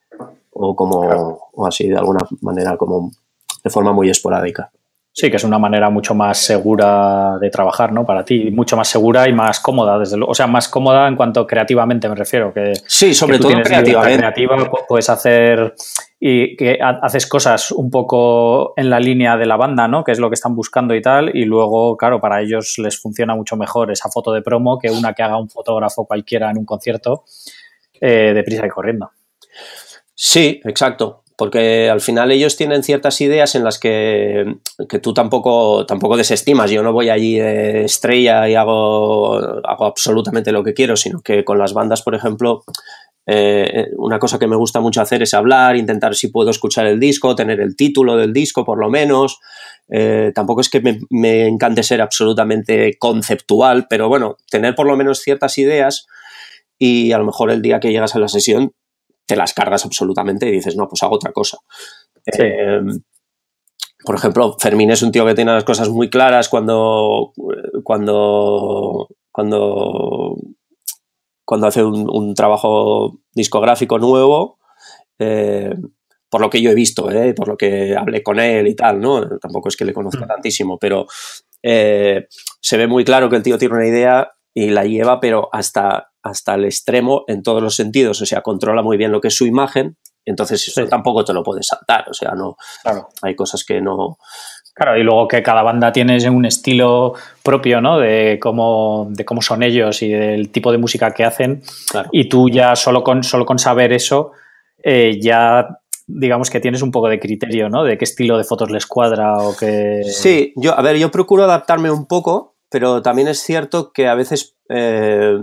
Speaker 2: o como claro. o así, de alguna manera, como de forma muy esporádica.
Speaker 1: Sí, que es una manera mucho más segura de trabajar, ¿no? Para ti, mucho más segura y más cómoda, desde luego. O sea, más cómoda en cuanto creativamente me refiero. Que,
Speaker 2: sí, sobre
Speaker 1: que tú
Speaker 2: todo creativamente.
Speaker 1: Creativa, puedes hacer y que haces cosas un poco en la línea de la banda, ¿no? Que es lo que están buscando y tal. Y luego, claro, para ellos les funciona mucho mejor esa foto de promo que una que haga un fotógrafo cualquiera en un concierto eh, deprisa y corriendo.
Speaker 2: Sí, exacto. Porque al final ellos tienen ciertas ideas en las que, que tú tampoco, tampoco desestimas. Yo no voy allí de estrella y hago, hago absolutamente lo que quiero, sino que con las bandas, por ejemplo, eh, una cosa que me gusta mucho hacer es hablar, intentar si puedo escuchar el disco, tener el título del disco por lo menos. Eh, tampoco es que me, me encante ser absolutamente conceptual, pero bueno, tener por lo menos ciertas ideas y a lo mejor el día que llegas a la sesión te las cargas absolutamente y dices, no, pues hago otra cosa. Sí. Eh, por ejemplo, Fermín es un tío que tiene las cosas muy claras cuando cuando cuando, cuando hace un, un trabajo discográfico nuevo, eh, por lo que yo he visto, eh, por lo que hablé con él y tal, ¿no? Tampoco es que le conozca mm. tantísimo, pero eh, se ve muy claro que el tío tiene una idea y la lleva, pero hasta, hasta el extremo en todos los sentidos. O sea, controla muy bien lo que es su imagen, entonces eso sí. tampoco te lo puedes saltar. O sea, no
Speaker 1: claro.
Speaker 2: hay cosas que no...
Speaker 1: Claro, y luego que cada banda tiene un estilo propio, ¿no? De cómo, de cómo son ellos y del tipo de música que hacen.
Speaker 2: Claro.
Speaker 1: Y tú ya solo con, solo con saber eso, eh, ya... digamos que tienes un poco de criterio, ¿no? De qué estilo de fotos les cuadra o qué...
Speaker 2: Sí, yo, a ver, yo procuro adaptarme un poco, pero también es cierto que a veces eh,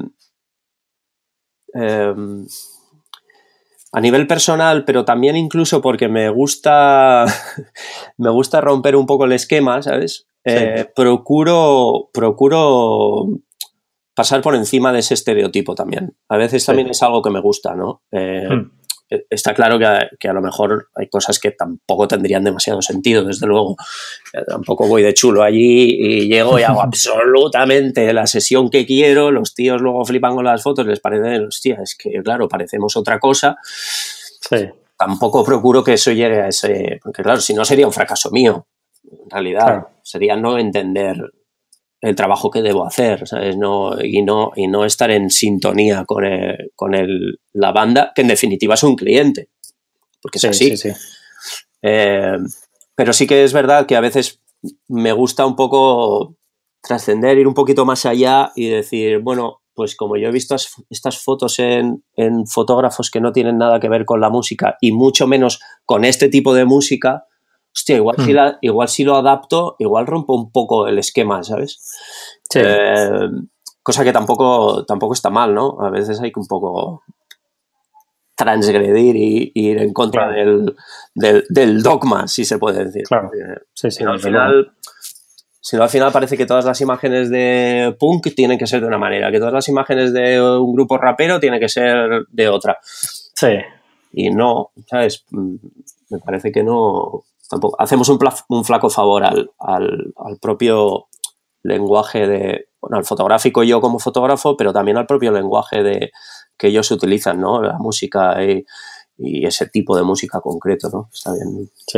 Speaker 2: eh, a nivel personal, pero también incluso porque me gusta me gusta romper un poco el esquema, ¿sabes? Sí. Eh, procuro procuro pasar por encima de ese estereotipo también. A veces también sí. es algo que me gusta, ¿no? Eh, hmm. está claro que a, que a lo mejor hay cosas que tampoco tendrían demasiado sentido, desde luego. Tampoco voy de chulo allí y llego y hago absolutamente la sesión que quiero, los tíos luego flipan con las fotos, les parece, hostia, es que claro, parecemos otra cosa.
Speaker 1: Sí.
Speaker 2: Tampoco procuro que eso llegue a ese... Porque claro, si no sería un fracaso mío, en realidad. Claro. Sería no entender el trabajo que debo hacer, ¿sabes? No, y, no, y no estar en sintonía con, el, con el, la banda, que en definitiva es un cliente, porque es
Speaker 1: sí,
Speaker 2: así.
Speaker 1: Sí, sí.
Speaker 2: Eh, pero sí que es verdad que a veces me gusta un poco trascender, ir un poquito más allá y decir, bueno, pues como yo he visto estas fotos en, en fotógrafos que no tienen nada que ver con la música y mucho menos con este tipo de música, hostia, igual, hmm. si la, igual si lo adapto, igual rompo un poco el esquema, ¿sabes?
Speaker 1: Sí.
Speaker 2: Eh, cosa que tampoco, tampoco está mal, ¿no? A veces hay que un poco transgredir y, y ir en contra claro. del, del, del dogma, si se puede decir.
Speaker 1: Claro. Sí, sí,
Speaker 2: si no, al final, si no, al final parece que todas las imágenes de punk tienen que ser de una manera, que todas las imágenes de un grupo rapero tienen que ser de otra.
Speaker 1: Sí.
Speaker 2: Y no, ¿sabes? Me parece que no... Tampoco. Hacemos un, pla- un flaco favor al, al, al propio lenguaje de... Bueno, al fotográfico yo como fotógrafo, pero también al propio lenguaje de que ellos utilizan, ¿no? La música y, y ese tipo de música concreto, ¿no? Está bien.
Speaker 1: Sí.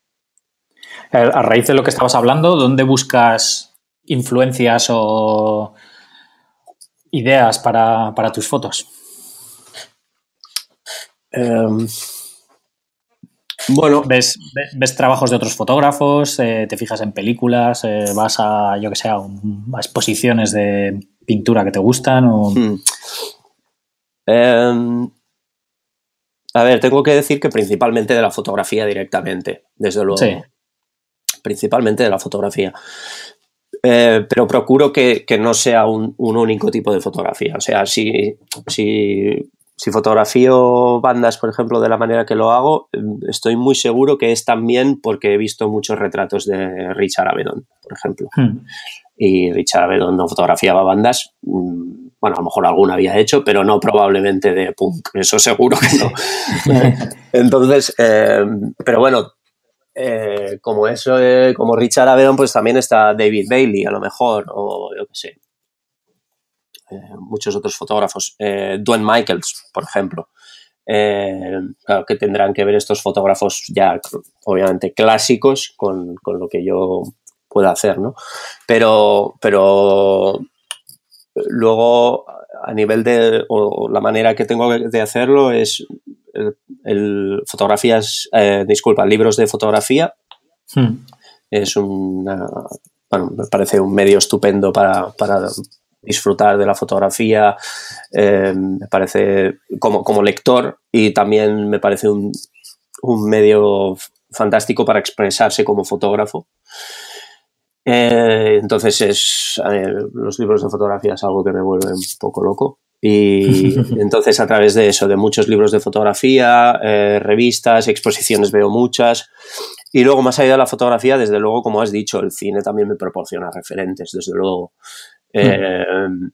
Speaker 1: A raíz de lo que estabas hablando, ¿dónde buscas influencias o ideas para, para tus fotos?
Speaker 2: Um, bueno.
Speaker 1: ¿Ves, ves, ¿Ves trabajos de otros fotógrafos? Eh, ¿Te fijas en películas? Eh, ¿Vas a, yo que sé, a, un, a exposiciones de pintura que te gustan? O...
Speaker 2: Hmm. Um, a ver, tengo que decir que principalmente de la fotografía directamente, desde luego.
Speaker 1: Sí.
Speaker 2: Principalmente de la fotografía. Eh, pero procuro que, que no sea un, un único tipo de fotografía. O sea, si, si, si fotografío bandas, por ejemplo, de la manera que lo hago, estoy muy seguro que es también porque he visto muchos retratos de Richard Avedon, por ejemplo. Hmm. Y Richard Avedon no fotografiaba bandas, bueno, a lo mejor alguna había hecho, pero no probablemente de punk, eso seguro que no. Entonces, eh, pero bueno, Eh, como eso, eh, como Richard Avedon, pues también está David Bailey, a lo mejor, o yo qué sé, eh, muchos otros fotógrafos, eh, Duane Michaels, por ejemplo, eh, claro que tendrán que ver estos fotógrafos ya, obviamente, clásicos con, con lo que yo pueda hacer, ¿no? Pero, pero luego, a nivel de, o la manera que tengo de hacerlo es el, el fotografías, eh, disculpa, libros de fotografía. Hmm. Es una, bueno, me parece un medio estupendo para, para disfrutar de la fotografía, eh, me parece como, como lector, y también me parece un, un medio fantástico para expresarse como fotógrafo. Eh, entonces es eh, los libros de fotografía es algo que me vuelve un poco loco, y entonces a través de eso, de muchos libros de fotografía, eh, revistas, exposiciones veo muchas, y luego más allá de la fotografía, desde luego, como has dicho, el cine también me proporciona referentes, desde luego. Eh, mm.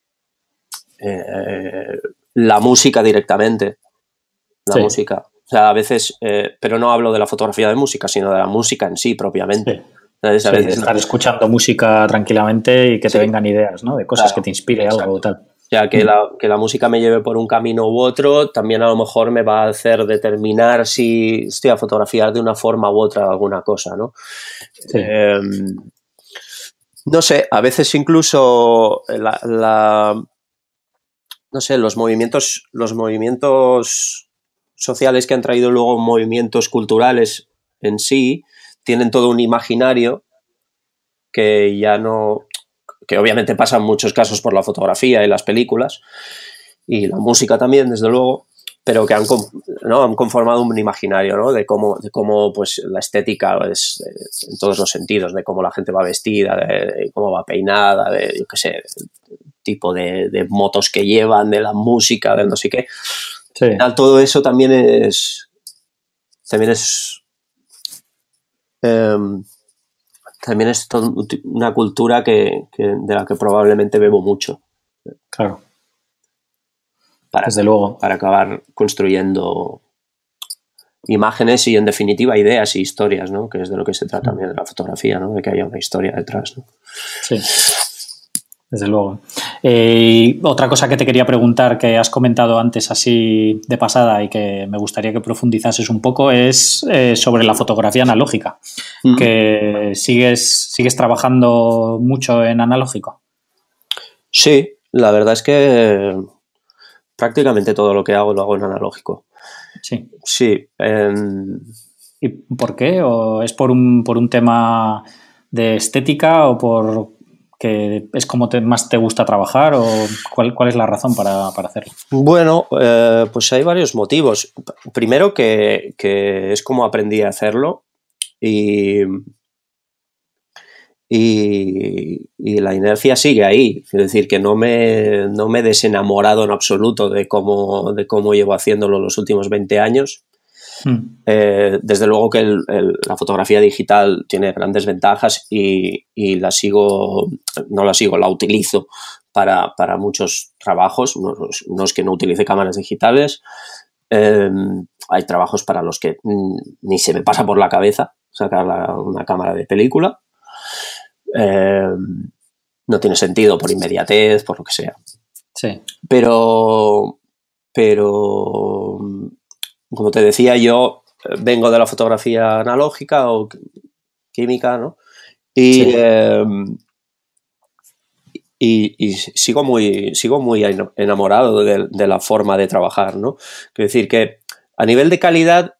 Speaker 2: eh, la música directamente, la sí. música, o sea, a veces, eh, pero no hablo de la fotografía de música, sino de la música en sí propiamente.
Speaker 1: Sí. Sí, a veces estar no. escuchando música tranquilamente y que sí. te vengan ideas, ¿no? De cosas claro, que te inspire exacto. algo o tal.
Speaker 2: O sea, que, mm. la, que la música me lleve por un camino u otro, también a lo mejor me va a hacer determinar si estoy a fotografiar de una forma u otra alguna cosa, ¿no? Sí. Eh, no sé, a veces incluso la, la, no sé, los movimientos, los movimientos sociales que han traído luego movimientos culturales en sí, tienen todo un imaginario que ya no, que obviamente pasa en muchos casos por la fotografía y las películas y la música también, desde luego, pero que han, ¿no? han conformado un imaginario, ¿no? de cómo, de cómo pues, la estética es de, en todos los sentidos, de cómo la gente va vestida, de, de cómo va peinada, de, yo qué sé, el tipo de, de motos que llevan, de la música, de no sé qué. Sí. Todo eso también es también es eh, también es todo una cultura que, que, de la que probablemente bebo mucho.
Speaker 1: Claro.
Speaker 2: Para,
Speaker 1: Desde luego.
Speaker 2: Para acabar construyendo imágenes y, en definitiva, ideas y historias, ¿no? Que es de lo que se trata también de la fotografía, ¿no? De que haya una historia detrás, ¿no?
Speaker 1: Sí, desde luego. Eh, otra cosa que te quería preguntar, que has comentado antes así de pasada y que me gustaría que profundizases un poco, es eh, sobre la fotografía analógica. Mm. Que sigues, ¿Sigues trabajando mucho en analógico?
Speaker 2: Sí, la verdad es que prácticamente todo lo que hago lo hago en analógico.
Speaker 1: Sí.
Speaker 2: Sí. Eh...
Speaker 1: ¿Y por qué? ¿O es por un, por un tema de estética o por que es como te, más te gusta trabajar? ¿O cuál, cuál es la razón para, para hacerlo?
Speaker 2: Bueno, eh, pues hay varios motivos. Primero que, que es como aprendí a hacerlo y, y, y la inercia sigue ahí. Es decir, que no me, no me he desenamorado en absoluto de cómo, de cómo llevo haciéndolo los últimos veinte años. Mm. Eh, desde luego que el, el, la fotografía digital tiene grandes ventajas y, y la sigo, no la sigo, la utilizo para, para muchos trabajos. No, no es que no utilice cámaras digitales, eh, hay trabajos para los que ni se me pasa por la cabeza sacar la, una cámara de película. Eh, no tiene sentido por inmediatez, por lo que sea.
Speaker 1: Sí.
Speaker 2: Pero, pero como te decía, yo vengo de la fotografía analógica o química, ¿no? Y, sí. eh, y, y sigo muy, sigo muy enamorado de, de la forma de trabajar, ¿no? Quiero decir que a nivel de calidad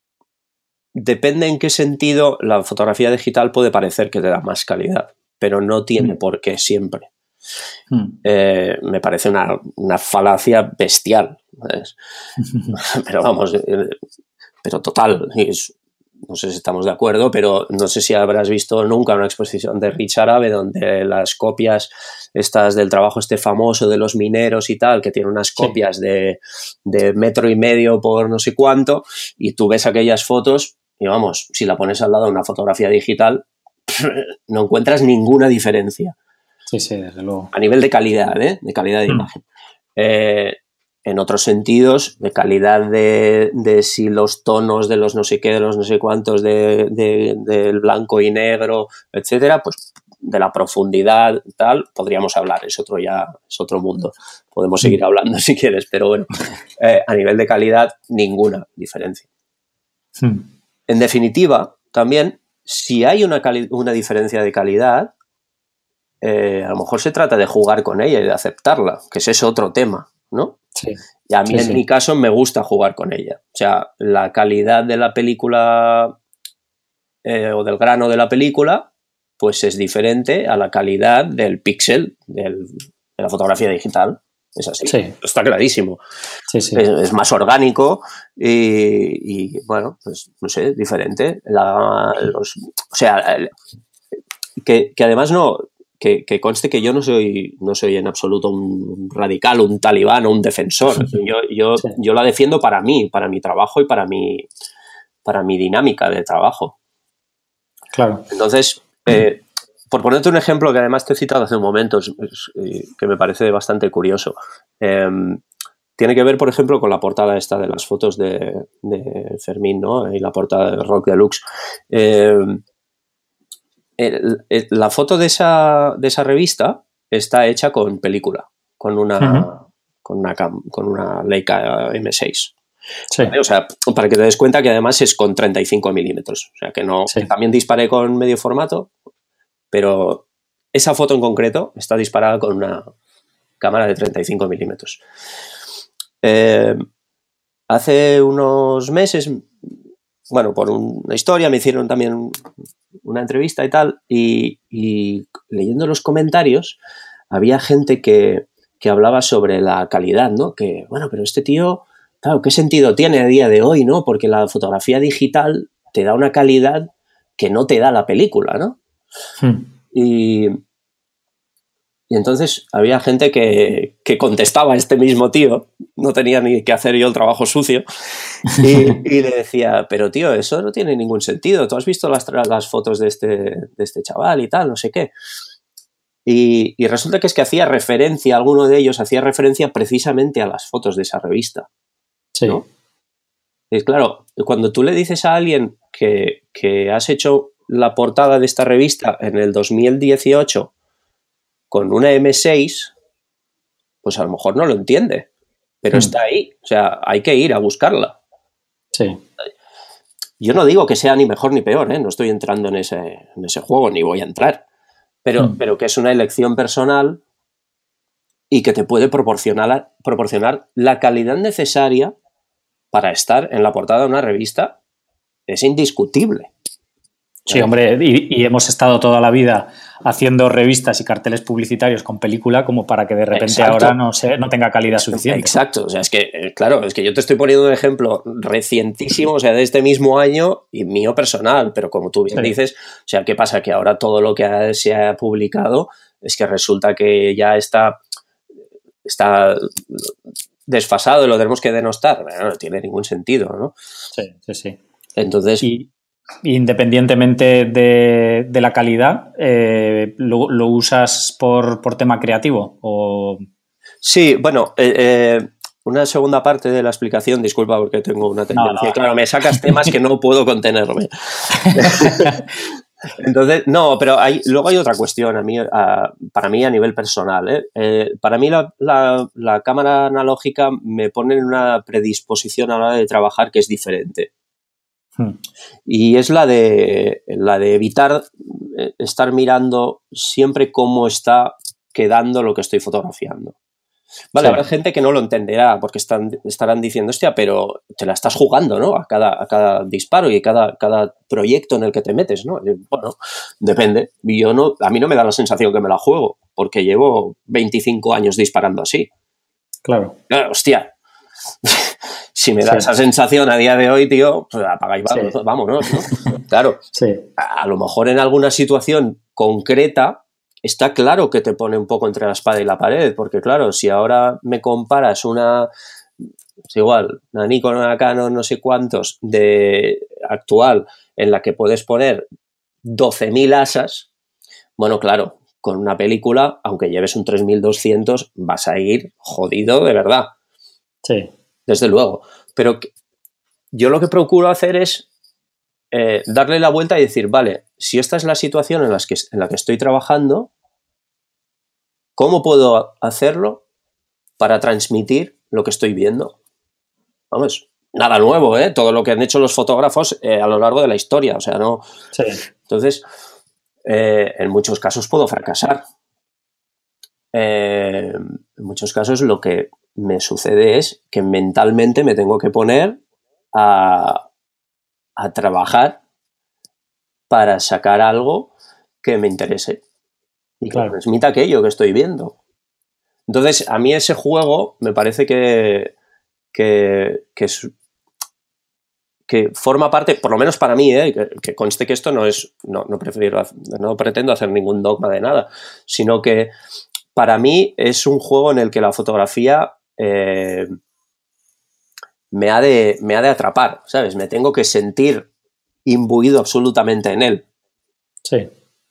Speaker 2: depende en qué sentido la fotografía digital puede parecer que te da más calidad, pero no tiene mm. por qué siempre. Mm. Eh, me parece una, una falacia bestial, ¿sabes? Pero vamos, eh, pero total, es, no sé si estamos de acuerdo, pero no sé si habrás visto nunca una exposición de Rich Arabe donde las copias estas del trabajo este famoso de los mineros y tal, que tiene unas copias sí. de, de metro y medio por no sé cuánto, y tú ves aquellas fotos y vamos, si la pones al lado de una fotografía digital, no encuentras ninguna diferencia.
Speaker 1: Sí, sí, desde luego.
Speaker 2: A nivel de calidad, ¿eh? De calidad de mm. imagen. Eh, en otros sentidos, de calidad de, de si los tonos de los no sé qué, de los no sé cuántos, de, de, del blanco y negro, etcétera, pues de la profundidad tal, podríamos hablar, es otro ya, es otro mundo. Podemos seguir hablando si quieres, pero bueno, eh, a nivel de calidad, ninguna diferencia.
Speaker 1: Hmm.
Speaker 2: En definitiva, también, si hay una, cali- una diferencia de calidad, eh, a lo mejor se trata de jugar con ella y de aceptarla, que ese es otro tema, ¿no?
Speaker 1: Sí.
Speaker 2: Y a mí,
Speaker 1: sí,
Speaker 2: en
Speaker 1: sí.
Speaker 2: mi caso, me gusta jugar con ella. O sea, la calidad de la película eh, o del grano de la película, pues es diferente a la calidad del píxel del, de la fotografía digital. Es así.
Speaker 1: Sí.
Speaker 2: Está clarísimo.
Speaker 1: Sí, sí.
Speaker 2: Es, es más orgánico y, y, bueno, pues no sé, diferente. La, los, o sea, que, que además no... Que, que conste que yo no soy, no soy en absoluto un radical, un talibán o un defensor. Yo, yo, sí. yo la defiendo para mí, para mi trabajo y para mi, para mi dinámica de trabajo.
Speaker 1: Claro.
Speaker 2: Entonces, eh, por ponerte un ejemplo que además te he citado hace un momento, es, es, que me parece bastante curioso. Eh, tiene que ver, por ejemplo, con la portada esta de las fotos de, de Fermín, ¿no? Y la portada de Rock Deluxe. Eh, El, el, la foto de esa, de esa revista está hecha con película, con una, uh-huh. con una, con una Leica eme seis.
Speaker 1: Sí.
Speaker 2: ¿Vale? O sea, para que te des cuenta que además es con treinta y cinco milímetros. O sea, que no. Sí. Que también disparé con medio formato, pero esa foto en concreto está disparada con una cámara de treinta y cinco milímetros. Eh, hace unos meses. Bueno, por una historia me hicieron también una entrevista y tal, y, y leyendo los comentarios había gente que, que hablaba sobre la calidad, ¿no? Que, bueno, pero este tío, claro, ¿qué sentido tiene a día de hoy, no? Porque la fotografía digital te da una calidad que no te da la película, ¿no?
Speaker 1: Hmm.
Speaker 2: Y... Y entonces había gente que, que contestaba a este mismo tío, no tenía ni que hacer yo el trabajo sucio, y, y le decía, pero tío, eso no tiene ningún sentido, tú has visto las, las fotos de este, de este chaval y tal, no sé qué. Y, y resulta que es que hacía referencia, alguno de ellos hacía referencia precisamente a las fotos de esa revista.
Speaker 1: Sí.
Speaker 2: ¿No? Y claro, cuando tú le dices a alguien que, que has hecho la portada de esta revista en el dos mil dieciocho con una eme seis, pues a lo mejor no lo entiende, pero mm. está ahí. O sea, hay que ir a buscarla.
Speaker 1: Sí.
Speaker 2: Yo no digo que sea ni mejor ni peor, ¿eh? No estoy entrando en ese, en ese juego, ni voy a entrar. Pero, mm. pero que es una elección personal y que te puede proporcionar, proporcionar la calidad necesaria para estar en la portada de una revista. Es indiscutible.
Speaker 1: Sí, hombre, y, y hemos estado toda la vida haciendo revistas y carteles publicitarios con película como para que de repente Exacto. ahora no, se, no tenga calidad suficiente.
Speaker 2: Exacto, o sea, es que, claro, es que yo te estoy poniendo un ejemplo recientísimo, o sea, de este mismo año y mío personal, pero como tú bien sí. dices, o sea, ¿qué pasa? Que ahora todo lo que ha, se ha publicado es que resulta que ya está, está desfasado y lo tenemos que denostar. Bueno, no tiene ningún sentido, ¿no?
Speaker 1: Sí, sí, sí.
Speaker 2: Entonces...
Speaker 1: Y... Independientemente de, de la calidad, eh, ¿lo, lo usas por, por tema creativo? O...
Speaker 2: Sí, bueno, eh, eh, una segunda parte de la explicación, disculpa porque tengo una tendencia. No, no. Claro, me sacas temas que no puedo contenerme. Entonces, no, pero hay, luego hay otra cuestión a mí, a, para mí a nivel personal. ¿eh? Eh, para mí la, la, la cámara analógica me pone en una predisposición a la hora de trabajar que es diferente. Hmm. Y es la de, la de evitar estar mirando siempre cómo está quedando lo que estoy fotografiando. Vale, sí. Habrá gente que no lo entenderá porque están, estarán diciendo, hostia, pero te la estás jugando, ¿no? A cada, a cada disparo y a cada, cada proyecto en el que te metes, ¿no? Bueno, depende. Yo no, a mí no me da la sensación que me la juego porque llevo veinticinco años disparando así.
Speaker 1: Claro.
Speaker 2: Ah, hostia. Si me da sí. esa sensación a día de hoy, tío, pues apaga y vámonos, sí. vámonos, ¿no? Claro,
Speaker 1: sí.
Speaker 2: a, a lo mejor en alguna situación concreta está claro que te pone un poco entre la espada y la pared, porque claro, si ahora me comparas una, es igual, una Nikon, una Canon, no sé cuántos, de actual, en la que puedes poner doce mil asas, bueno, claro, con una película, aunque lleves un tres mil doscientos, vas a ir jodido de verdad.
Speaker 1: Sí.
Speaker 2: Desde luego, pero yo lo que procuro hacer es eh, darle la vuelta y decir, vale, si esta es la situación en, las que, en la que estoy trabajando, ¿cómo puedo hacerlo para transmitir lo que estoy viendo? Vamos, nada nuevo, ¿eh? Todo lo que han hecho los fotógrafos eh, a lo largo de la historia, o sea, no...
Speaker 1: Sí.
Speaker 2: Entonces, eh, en muchos casos puedo fracasar. Eh, en muchos casos lo que me sucede es que mentalmente me tengo que poner a, a trabajar para sacar algo que me interese y
Speaker 1: claro.
Speaker 2: que transmita aquello que estoy viendo. Entonces, a mí ese juego me parece que, que, que, es, que forma parte, por lo menos para mí, ¿eh? que, que conste que esto no es, no, no, prefiero, no pretendo hacer ningún dogma de nada, sino que para mí es un juego en el que la fotografía Eh, me, ha de, me ha de atrapar, ¿sabes? Me tengo que sentir imbuido absolutamente en él.
Speaker 1: Sí.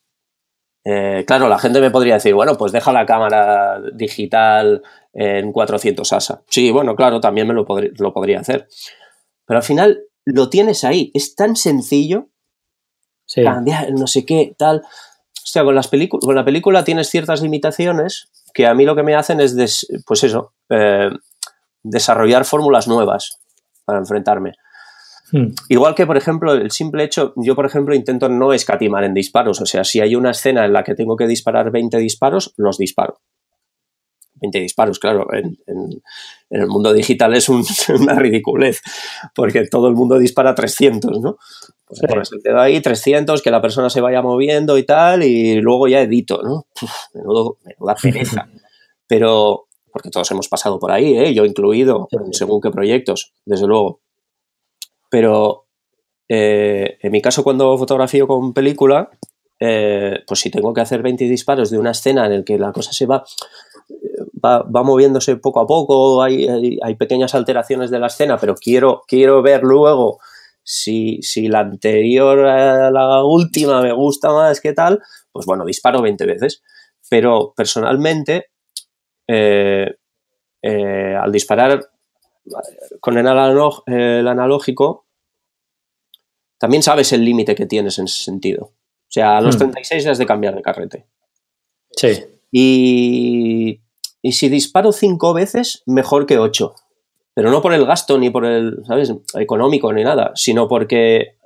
Speaker 2: Eh, claro, la gente me podría decir, bueno, pues deja la cámara digital en cuatrocientos ASA. Sí, bueno, claro, también me lo, podr- lo podría hacer. Pero al final lo tienes ahí. Es tan sencillo
Speaker 1: sí.
Speaker 2: cambiar no sé qué, tal. O sea, con, las películas, con la película tienes ciertas limitaciones que a mí lo que me hacen es, des, pues eso, eh, desarrollar fórmulas nuevas para enfrentarme. Hmm. Igual que, por ejemplo, el simple hecho, yo, por ejemplo, intento no escatimar en disparos. O sea, si hay una escena en la que tengo que disparar veinte disparos, los disparo. veinte disparos, claro, en, en, en el mundo digital es un, una ridiculez, porque todo el mundo dispara trescientos, ¿no? Pues sí. Pones el dedo ahí, trescientos, que la persona se vaya moviendo y tal, y luego ya edito, ¿no? Uf, menudo, menuda pereza. Pero, porque todos hemos pasado por ahí, ¿eh? Yo incluido, sí. según qué proyectos, desde luego. Pero, eh, en mi caso, cuando fotografío con película, eh, pues si tengo que hacer veinte disparos de una escena en la que la cosa se va... Va, va moviéndose poco a poco, hay, hay, hay pequeñas alteraciones de la escena, pero quiero, quiero ver luego si, si la anterior a la última me gusta más que tal, pues bueno, disparo veinte veces. Pero personalmente, eh, eh, al disparar con el, analog, el analógico también sabes el límite que tienes en ese sentido. O sea, a los hmm. treinta y seis has de cambiar de carrete.
Speaker 1: Sí.
Speaker 2: Y, y si disparo cinco veces, mejor que ocho. Pero no por el gasto ni por el, ¿sabes?, económico ni nada, sino porque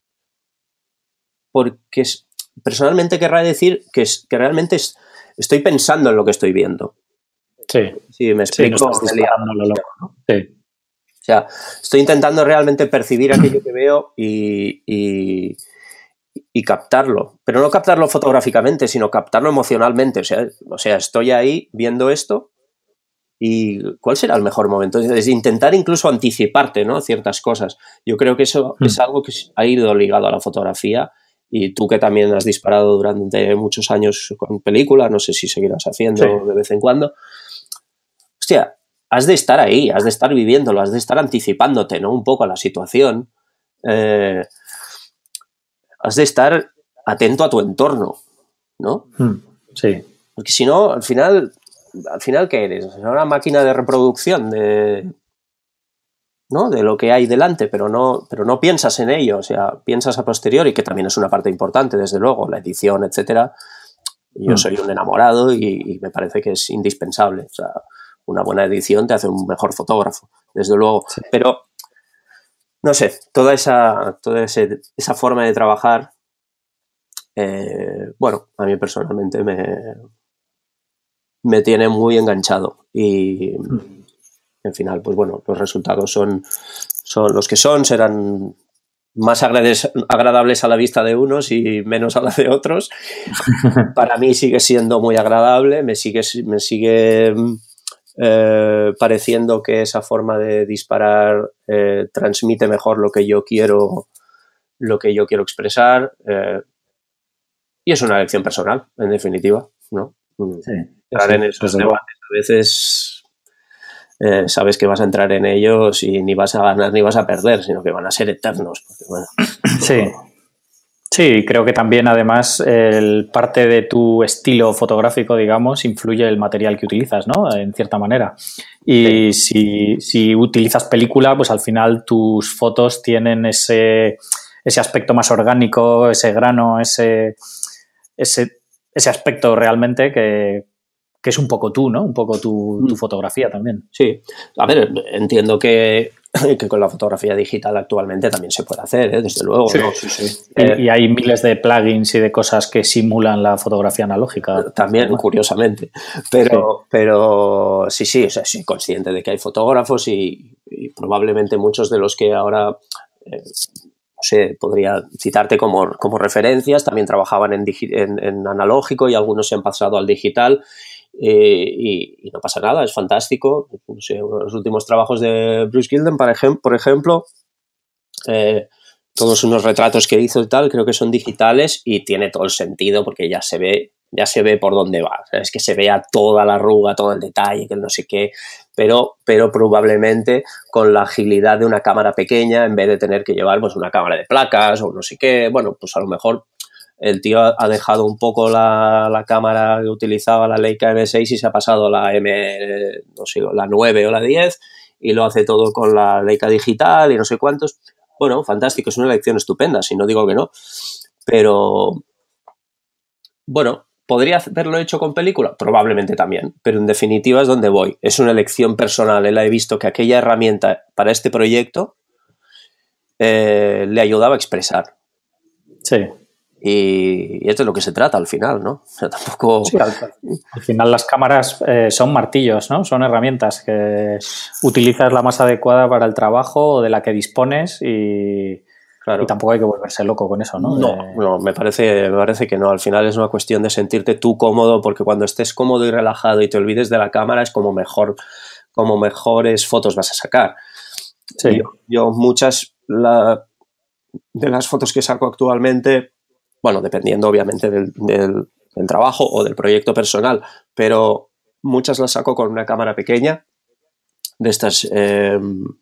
Speaker 2: porque personalmente querrá decir que, es, que realmente es, estoy pensando en lo que estoy viendo.
Speaker 1: Sí.
Speaker 2: Sí, me explico.
Speaker 1: Sí, no estás disparando lo loco, ¿no? Sí.
Speaker 2: O sea, estoy intentando realmente percibir aquello que veo y, y, y captarlo. Pero no captarlo fotográficamente, sino captarlo emocionalmente. O sea, o sea, estoy ahí viendo esto y ¿cuál será el mejor momento? Es intentar incluso anticiparte, ¿no?, ciertas cosas. Yo creo que eso mm. es algo que ha ido ligado a la fotografía. Y tú, que también has disparado durante muchos años con películas, no sé si seguirás haciendo sí. de vez en cuando. Hostia, has de estar ahí, has de estar viviéndolo, has de estar anticipándote, ¿no?, un poco a la situación. Eh, has de estar atento a tu entorno, ¿no?
Speaker 1: Sí.
Speaker 2: Porque si no, al final, ¿al final qué eres? Una máquina de reproducción de... ¿no?, de lo que hay delante, pero no, pero no piensas en ello, o sea, piensas a posteriori, que también es una parte importante, desde luego, la edición, etcétera. Yo mm. soy un enamorado y, y me parece que es indispensable. O sea, una buena edición te hace un mejor fotógrafo, desde luego. Sí. Pero, no sé, toda esa, toda ese, esa forma de trabajar, eh, bueno, a mí personalmente me, me tiene muy enganchado y... Mm. Al final, pues bueno, los resultados son, son los que son, serán más agradables a la vista de unos y menos a la de otros. Para mí sigue siendo muy agradable, me sigue, me sigue eh, pareciendo que esa forma de disparar eh, transmite mejor lo que yo quiero, lo que yo quiero expresar. Eh, y es una elección personal, en definitiva, ¿no?
Speaker 1: Sí,
Speaker 2: Entrar
Speaker 1: sí,
Speaker 2: en esos debates a veces... Eh, sabes que vas a entrar en ellos y ni vas a ganar ni vas a perder, sino que van a ser eternos. Porque, bueno,
Speaker 1: sí. Sí, creo que también además el parte de tu estilo fotográfico, digamos, influye el material que utilizas, ¿no?, en cierta manera. Y sí. si, si utilizas película, pues al final tus fotos tienen ese, ese aspecto más orgánico, ese grano, ese, ese, ese aspecto realmente que... que es un poco tú, ¿no? Un poco tu, tu fotografía también.
Speaker 2: Sí. A ver, entiendo que, que con la fotografía digital actualmente también se puede hacer, ¿eh? Desde luego,
Speaker 1: sí,
Speaker 2: ¿no?
Speaker 1: Sí, sí. Eh, y, y hay miles de plugins y de cosas que simulan la fotografía analógica.
Speaker 2: También, además. Curiosamente. Pero sí. pero sí, sí, o sea, soy consciente de que hay fotógrafos y, y probablemente muchos de los que ahora... Eh, no sé, podría citarte como, como referencias, también trabajaban en, digi- en, en analógico y algunos se han pasado al digital. Eh, y, y no pasa nada, es fantástico. No sé, uno de los últimos trabajos de Bruce Gilden, por, ejem- por ejemplo, eh, todos unos retratos que hizo y tal, creo que son digitales y tiene todo el sentido porque ya se ve, ya se ve por dónde va. O sea, es que se vea toda la arruga, todo el detalle, que no sé qué, pero, pero probablemente con la agilidad de una cámara pequeña, en vez de tener que llevar pues una cámara de placas o no sé qué, bueno, pues a lo mejor el tío ha dejado un poco la, la cámara que utilizaba, la Leica eme seis, y se ha pasado a la M, no sé, la nueve o la diez, y lo hace todo con la Leica digital y no sé cuántos. Bueno, fantástico, es una elección estupenda, si no digo que no. Pero, bueno, ¿podría haberlo hecho con película? Probablemente también, pero en definitiva es donde voy. Es una elección personal. Él ha visto que aquella herramienta para este proyecto eh, le ayudaba a expresar.
Speaker 1: Sí.
Speaker 2: Y, y es de lo que se trata al final, ¿no? O sea, tampoco...
Speaker 1: Sí, al, al final las cámaras eh, son martillos, ¿no? Son herramientas que utilizas la más adecuada para el trabajo o de la que dispones y, claro. y tampoco hay que volverse loco con eso, ¿no?
Speaker 2: No,
Speaker 1: de...
Speaker 2: no me, parece, me parece que no. Al final es una cuestión de sentirte tú cómodo, porque cuando estés cómodo y relajado y te olvides de la cámara es como mejor, como mejores fotos vas a sacar.
Speaker 1: Sí.
Speaker 2: Yo, yo muchas la, de las fotos que saco actualmente... Bueno, dependiendo obviamente del, del, del trabajo o del proyecto personal, pero muchas las saco con una cámara pequeña, de estas, eh,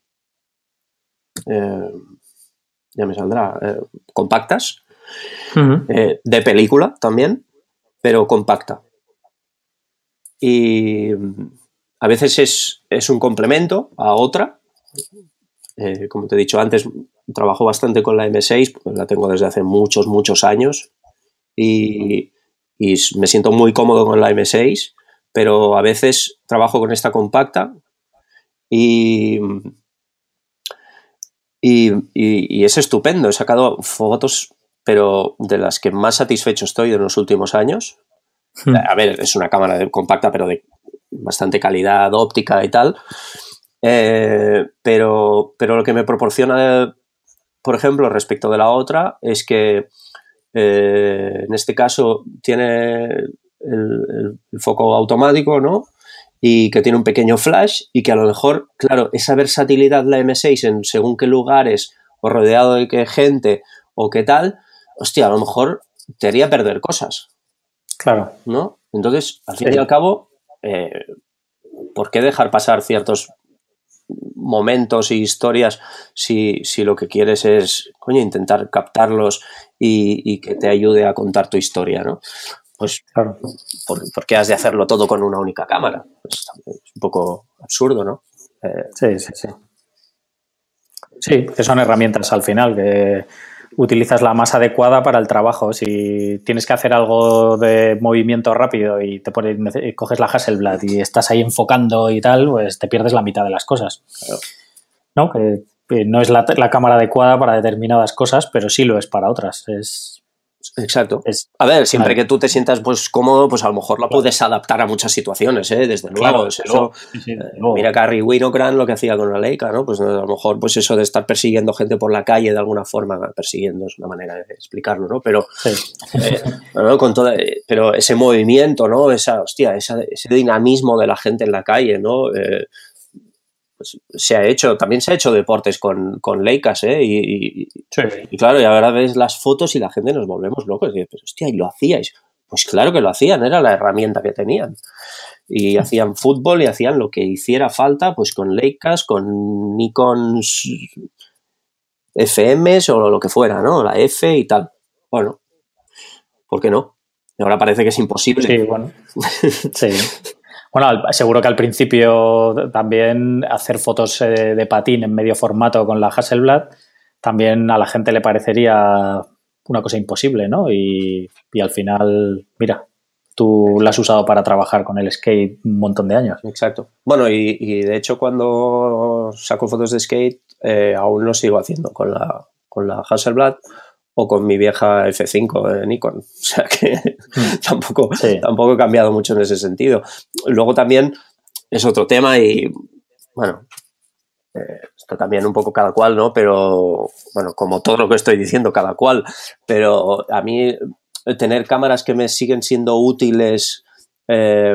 Speaker 2: eh, ya me saldrá, eh, compactas, uh-huh. eh, de película también, pero compacta. Y a veces es, es un complemento a otra, eh, como te he dicho antes, trabajo bastante con la eme seis, pues la tengo desde hace muchos, muchos años y, y me siento muy cómodo con la eme seis, pero a veces trabajo con esta compacta y, y, y, y es estupendo. He sacado fotos, pero de las que más satisfecho estoy en los últimos años. Hmm. A ver, es una cámara de, compacta, pero de bastante calidad óptica y tal. Eh, pero, pero lo que me proporciona, por ejemplo, respecto de la otra, es que eh, en este caso tiene el, el, el foco automático, ¿no? Y que tiene un pequeño flash y que a lo mejor, claro, esa versatilidad de la eme seis en según qué lugares o rodeado de qué gente o qué tal, hostia, a lo mejor te haría perder cosas.
Speaker 1: Claro.
Speaker 2: ¿No? Entonces, al fin sí. y al cabo, eh, ¿por qué dejar pasar ciertos momentos y historias si, si lo que quieres es, coño, intentar captarlos y, y que te ayude a contar tu historia, ¿no? Pues, claro. ¿por, ¿por qué has de hacerlo todo con una única cámara? Pues, es un poco absurdo, ¿no?
Speaker 1: Eh, sí, sí, sí. Sí, que son herramientas al final, que utilizas la más adecuada para el trabajo. Si tienes que hacer algo de movimiento rápido y te pones, coges la Hasselblad y estás ahí enfocando y tal, pues te pierdes la mitad de las cosas. Claro. ¿No? Que, que no es la, la cámara adecuada para determinadas cosas, pero sí lo es para otras. Es...
Speaker 2: Exacto. Es, a ver, siempre que tú te sientas pues cómodo, pues a lo mejor la puedes adaptar a muchas situaciones, ¿eh? Desde luego. Claro, eso, luego. Sí, sí, eh, luego. Mira Gary Winogrand lo que hacía con la Leica, ¿no? Pues a lo mejor pues eso de estar persiguiendo gente por la calle de alguna forma, persiguiendo es una manera de explicarlo, ¿no? Pero, sí. eh, ¿no? Con toda, eh, pero ese movimiento, ¿no? Esa, hostia, esa, ese dinamismo de la gente en la calle, ¿no? Eh, Pues se ha hecho, también se ha hecho deportes con, con Leicas, ¿eh? Y, y, sí. y claro, y ahora ves las fotos y la gente nos volvemos locos. Y dices, pero hostia, ¿y lo hacíais? Pues claro que lo hacían, era la herramienta que tenían. Y hacían fútbol y hacían lo que hiciera falta, pues con Leicas, con Nikon F Ms o lo que fuera, ¿no? La F y tal. Bueno, ¿por qué no? Y ahora parece que es imposible.
Speaker 1: Sí, bueno. Sí. Bueno, seguro que al principio también hacer fotos de patín en medio formato con la Hasselblad también a la gente le parecería una cosa imposible, ¿no? Y, y al final, mira, tú la has usado para trabajar con el skate un montón de años.
Speaker 2: Exacto. Bueno, y, y de hecho cuando saco fotos de skate eh, aún lo sigo haciendo con la, con la Hasselblad o con mi vieja F cinco de Nikon. O sea que mm. tampoco, sí. tampoco he cambiado mucho en ese sentido. Luego también es otro tema y, bueno, eh, esto también un poco cada cual, ¿no? Pero, bueno, como todo lo que estoy diciendo, cada cual. Pero a mí tener cámaras que me siguen siendo útiles eh,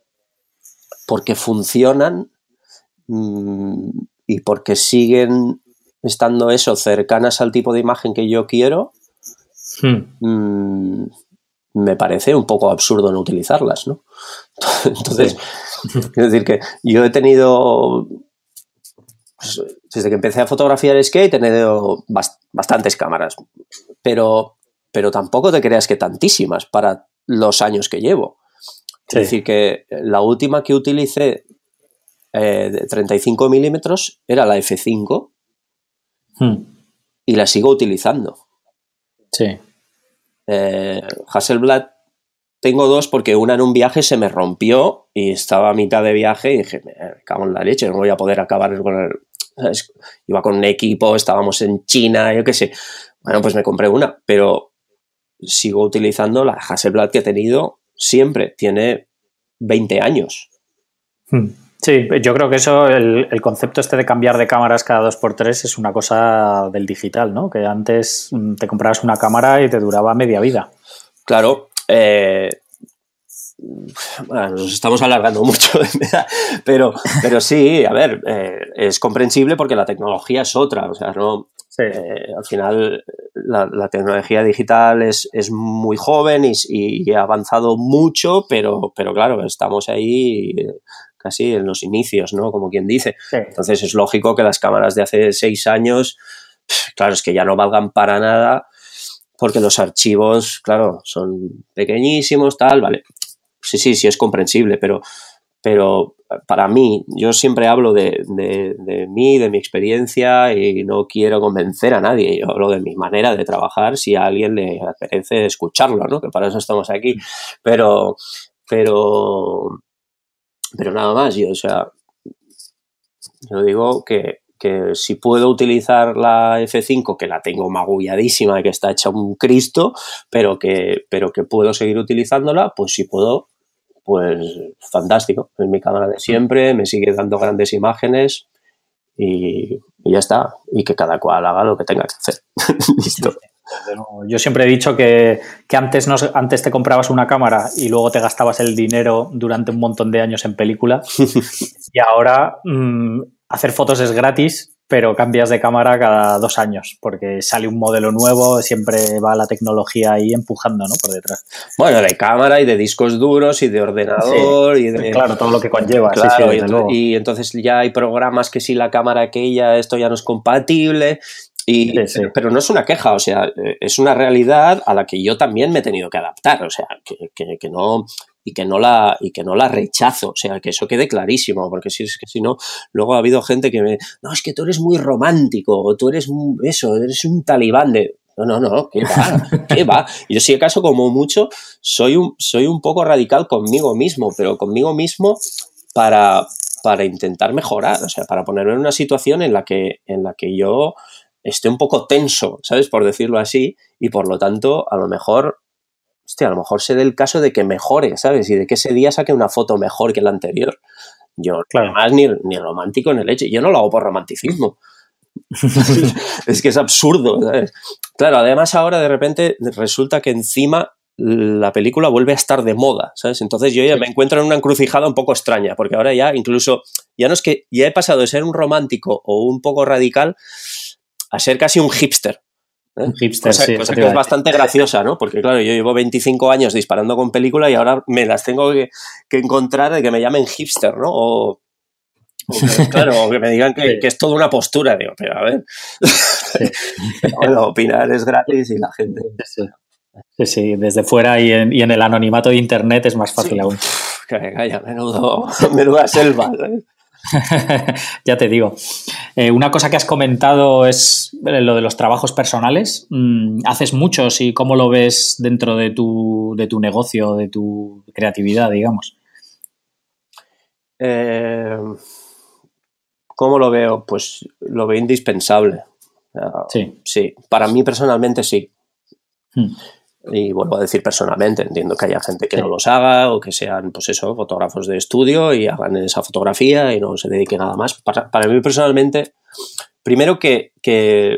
Speaker 2: porque funcionan mmm, y porque siguen estando eso, cercanas al tipo de imagen que yo quiero, hmm. mmm, me parece un poco absurdo no utilizarlas, ¿no? Entonces, sí. Quiero decir que yo he tenido, pues, desde que empecé a fotografiar skate, he tenido bast- bastantes cámaras, pero, pero tampoco te creas que tantísimas para los años que llevo. Sí. Es decir, que la última que utilicé eh, de treinta y cinco milímetros era la F cinco, Hmm. y la sigo utilizando.
Speaker 1: Sí.
Speaker 2: Eh, Hasselblad tengo dos porque una en un viaje se me rompió y estaba a mitad de viaje y dije, me cago en la leche, no voy a poder acabar con el... ¿sabes? Iba con un equipo, estábamos en China, yo qué sé. Bueno, pues me compré una, pero sigo utilizando la Hasselblad que he tenido siempre. Tiene veinte años.
Speaker 1: Hmm. Sí, yo creo que eso, el, el concepto este de cambiar de cámaras cada dos por tres es una cosa del digital, ¿no? Que antes te comprabas una cámara y te duraba media vida.
Speaker 2: Claro, eh, bueno, nos estamos alargando mucho, pero, pero sí, a ver, eh, es comprensible porque la tecnología es otra, o sea, no, sí. eh, al final la, la tecnología digital es, es muy joven y, y ha avanzado mucho, pero, pero claro, estamos ahí casi en los inicios, ¿no? Como quien dice. Sí. Entonces es lógico que las cámaras de hace seis años, claro, es que ya no valgan para nada porque los archivos, claro, son pequeñísimos, tal, vale. Sí, sí, sí es comprensible, pero, pero para mí, yo siempre hablo de, de, de mí, de mi experiencia y no quiero convencer a nadie. Yo hablo de mi manera de trabajar si a alguien le apetece escucharlo, ¿no? Que para eso estamos aquí. Pero, pero, pero nada más. Yo, o sea, yo digo que, que si puedo utilizar la F cinco, que la tengo magulladísima, que está hecha un Cristo, pero que, pero que puedo seguir utilizándola, pues si puedo, pues fantástico. Es mi cámara de siempre, me sigue dando grandes imágenes y, y ya está. Y que cada cual haga lo que tenga que hacer. Listo.
Speaker 1: Yo siempre he dicho que, que antes, no, antes te comprabas una cámara y luego te gastabas el dinero durante un montón de años en película y ahora mmm, hacer fotos es gratis, pero cambias de cámara cada dos años porque sale un modelo nuevo, siempre va la tecnología ahí empujando, ¿no? Por detrás.
Speaker 2: Bueno, de cámara y de discos duros y de ordenador.
Speaker 1: Sí,
Speaker 2: y de...
Speaker 1: claro, todo lo que conlleva.
Speaker 2: Claro,
Speaker 1: sí, sí,
Speaker 2: y, ento- y entonces ya hay programas que si la cámara aquella, esto ya no es compatible. Y,
Speaker 1: sí, sí.
Speaker 2: Pero, pero no es una queja, o sea, es una realidad a la que yo también me he tenido que adaptar, o sea, que, que, que no... y que no la y que no la rechazo, o sea, que eso quede clarísimo, porque si es que si no, luego ha habido gente que me, no, es que tú eres muy romántico, o tú eres un, eso, eres un talibán de, no, no, no, ¿qué va? ¿Qué va? Yo si acaso como mucho soy un soy un poco radical conmigo mismo, pero conmigo mismo para para intentar mejorar, o sea, para ponerme en una situación en la que en la que yo esté un poco tenso, ¿sabes? Por decirlo así, y por lo tanto, a lo mejor hostia, a lo mejor se dé el caso de que mejore, ¿sabes? Y de que ese día saque una foto mejor que la anterior. Yo, claro. Además, ni, ni romántico en el hecho. Yo no lo hago por romanticismo. Es que es absurdo, ¿sabes? Claro, además ahora de repente resulta que encima la película vuelve a estar de moda, ¿sabes? Entonces yo ya me encuentro en una encrucijada un poco extraña, porque ahora ya incluso, ya no es que, ya he pasado de ser un romántico o un poco radical a ser casi un hipster. ¿Eh?
Speaker 1: Un hipster,
Speaker 2: cosa,
Speaker 1: sí,
Speaker 2: cosa que es bastante graciosa, ¿no? Porque claro, yo llevo veinticinco años disparando con película y ahora me las tengo que, que encontrar de que me llamen hipster, ¿no? O, o que, claro, o que me digan que, sí. que es toda una postura, digo, pero a ver, sí. Bueno, opinar es gratis y la gente...
Speaker 1: Sí, sí, sí. Desde fuera y en, y en el anonimato de internet es más fácil sí. aún.
Speaker 2: Calla, calla, menudo, menuda selva, ¿sabes?
Speaker 1: Ya te digo. Eh, una cosa que has comentado es lo de los trabajos personales. ¿Haces muchos y cómo lo ves dentro de tu, de tu negocio, de tu creatividad, digamos?
Speaker 2: Eh, ¿Cómo lo veo? Pues lo veo indispensable. Uh,
Speaker 1: sí.
Speaker 2: Sí, para mí personalmente sí.
Speaker 1: Hmm.
Speaker 2: Y vuelvo a decir personalmente, entiendo que haya gente que sí. no los haga o que sean, pues eso, fotógrafos de estudio y hagan esa fotografía y no se dediquen nada más. Para, para mí personalmente, primero que, que,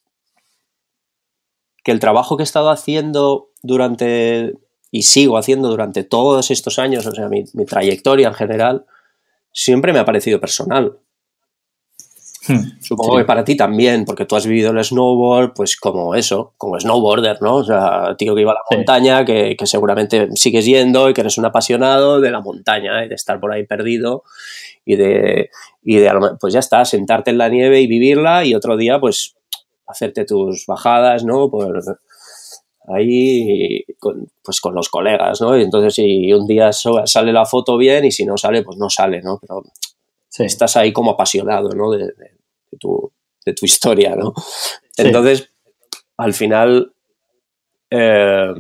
Speaker 2: que el trabajo que he estado haciendo durante, y sigo haciendo durante todos estos años, o sea, mi, mi trayectoria en general, siempre me ha parecido personal. Hmm, Supongo sí. que para ti también, porque tú has vivido el snowboard, pues como eso, como snowboarder, ¿no? O sea, tío que iba a la sí. montaña, que, que seguramente sigues yendo y que eres un apasionado de la montaña y de estar por ahí perdido y de, y de, pues ya está, sentarte en la nieve y vivirla y otro día, pues, hacerte tus bajadas, ¿no? Pues ahí, con, pues con los colegas, ¿no? Y entonces si un día sale la foto bien y si no sale, pues no sale, ¿no? Pero sí. estás ahí como apasionado, ¿no? De, de, de, tu, de tu historia, ¿no? Sí. Entonces, al final, eh,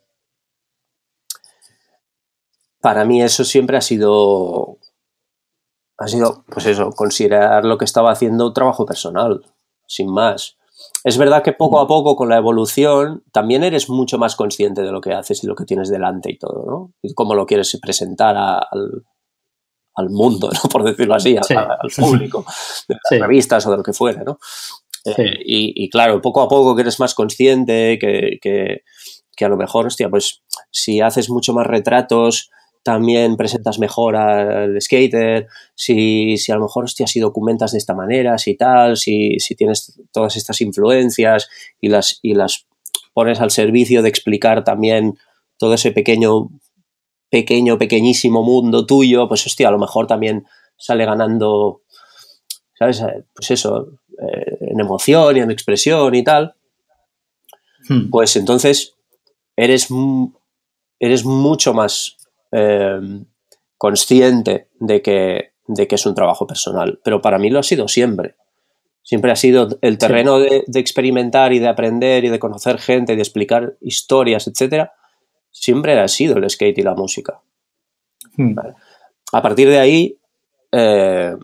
Speaker 2: para mí eso siempre ha sido, ha sido, pues eso, considerar lo que estaba haciendo un trabajo personal, sin más. Es verdad que poco a poco, con la evolución, también eres mucho más consciente de lo que haces y lo que tienes delante y todo, ¿no? Y cómo lo quieres presentar a, al al mundo, ¿no? Por decirlo así, sí. al, al público, de las sí. revistas o de lo que fuera, ¿no? Sí. Eh, y, y claro, poco a poco que eres más consciente, que, que, que a lo mejor, hostia, pues si haces mucho más retratos, también presentas mejor al skater, si, si a lo mejor, hostia, si documentas de esta manera, si tal, si, si tienes todas estas influencias y las, y las pones al servicio de explicar también todo ese pequeño pequeño, pequeñísimo mundo tuyo, pues hostia, a lo mejor también sale ganando, ¿sabes? Pues eso, eh, en emoción y en expresión y tal. Hmm. Pues entonces eres, eres mucho más, eh, consciente de que, de que es un trabajo personal, pero para mí lo ha sido siempre. Siempre ha sido el terreno sí. de, de experimentar y de aprender y de conocer gente y de explicar historias, etcétera. Siempre ha sido el skate y la música. Hmm. Vale. A partir de ahí, eh,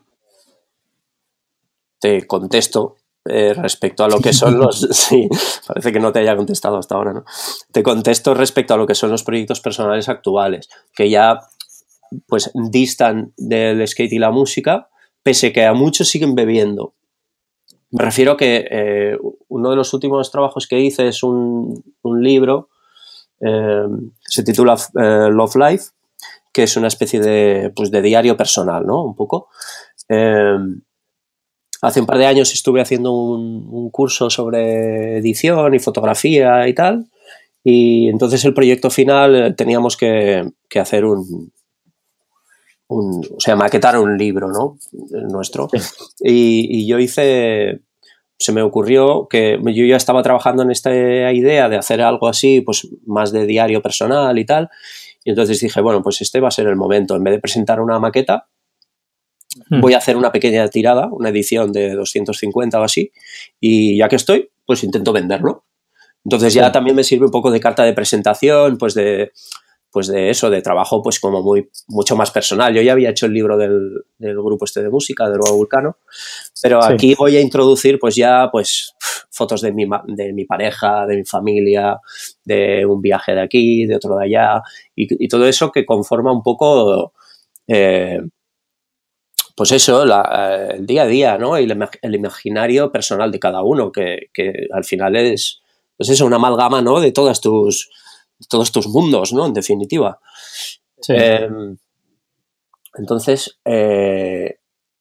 Speaker 2: te contesto eh, respecto a lo que son los... Sí, parece que no te haya contestado hasta ahora, ¿no? Te contesto respecto a lo que son los proyectos personales actuales, que ya pues distan del skate y la música, pese que a muchos siguen bebiendo. Me refiero a que eh, uno de los últimos trabajos que hice es un, un libro, eh, se titula eh, Love Life, que es una especie de, pues, de diario personal, ¿no? Un poco. Eh, hace un par de años estuve haciendo un, un curso sobre edición y fotografía y tal, y entonces el proyecto final eh, teníamos que, que hacer un... Un, o sea, maquetar un libro, ¿no? El nuestro. Sí. Y, y yo hice, se me ocurrió que yo ya estaba trabajando en esta idea de hacer algo así, pues más de diario personal y tal. Y entonces dije, bueno, pues este va a ser el momento. En vez de presentar una maqueta, hmm. voy a hacer una pequeña tirada, una edición de doscientos cincuenta o así. Y ya que estoy, pues intento venderlo. Entonces ya sí. también me sirve un poco de carta de presentación, pues de... pues de eso, de trabajo pues como muy mucho más personal. Yo ya había hecho el libro del, del grupo este de música, de Nuevo Vulcano, pero sí. aquí voy a introducir pues ya pues fotos de mi, de mi pareja, de mi familia, de un viaje de aquí, de otro de allá, y, y todo eso que conforma un poco eh, pues eso, la, el día a día, ¿no? Y el, el imaginario personal de cada uno, que, que al final es pues eso, una amalgama, ¿no? De todas tus todos tus mundos, ¿no? En definitiva. Sí. Eh, entonces, eh,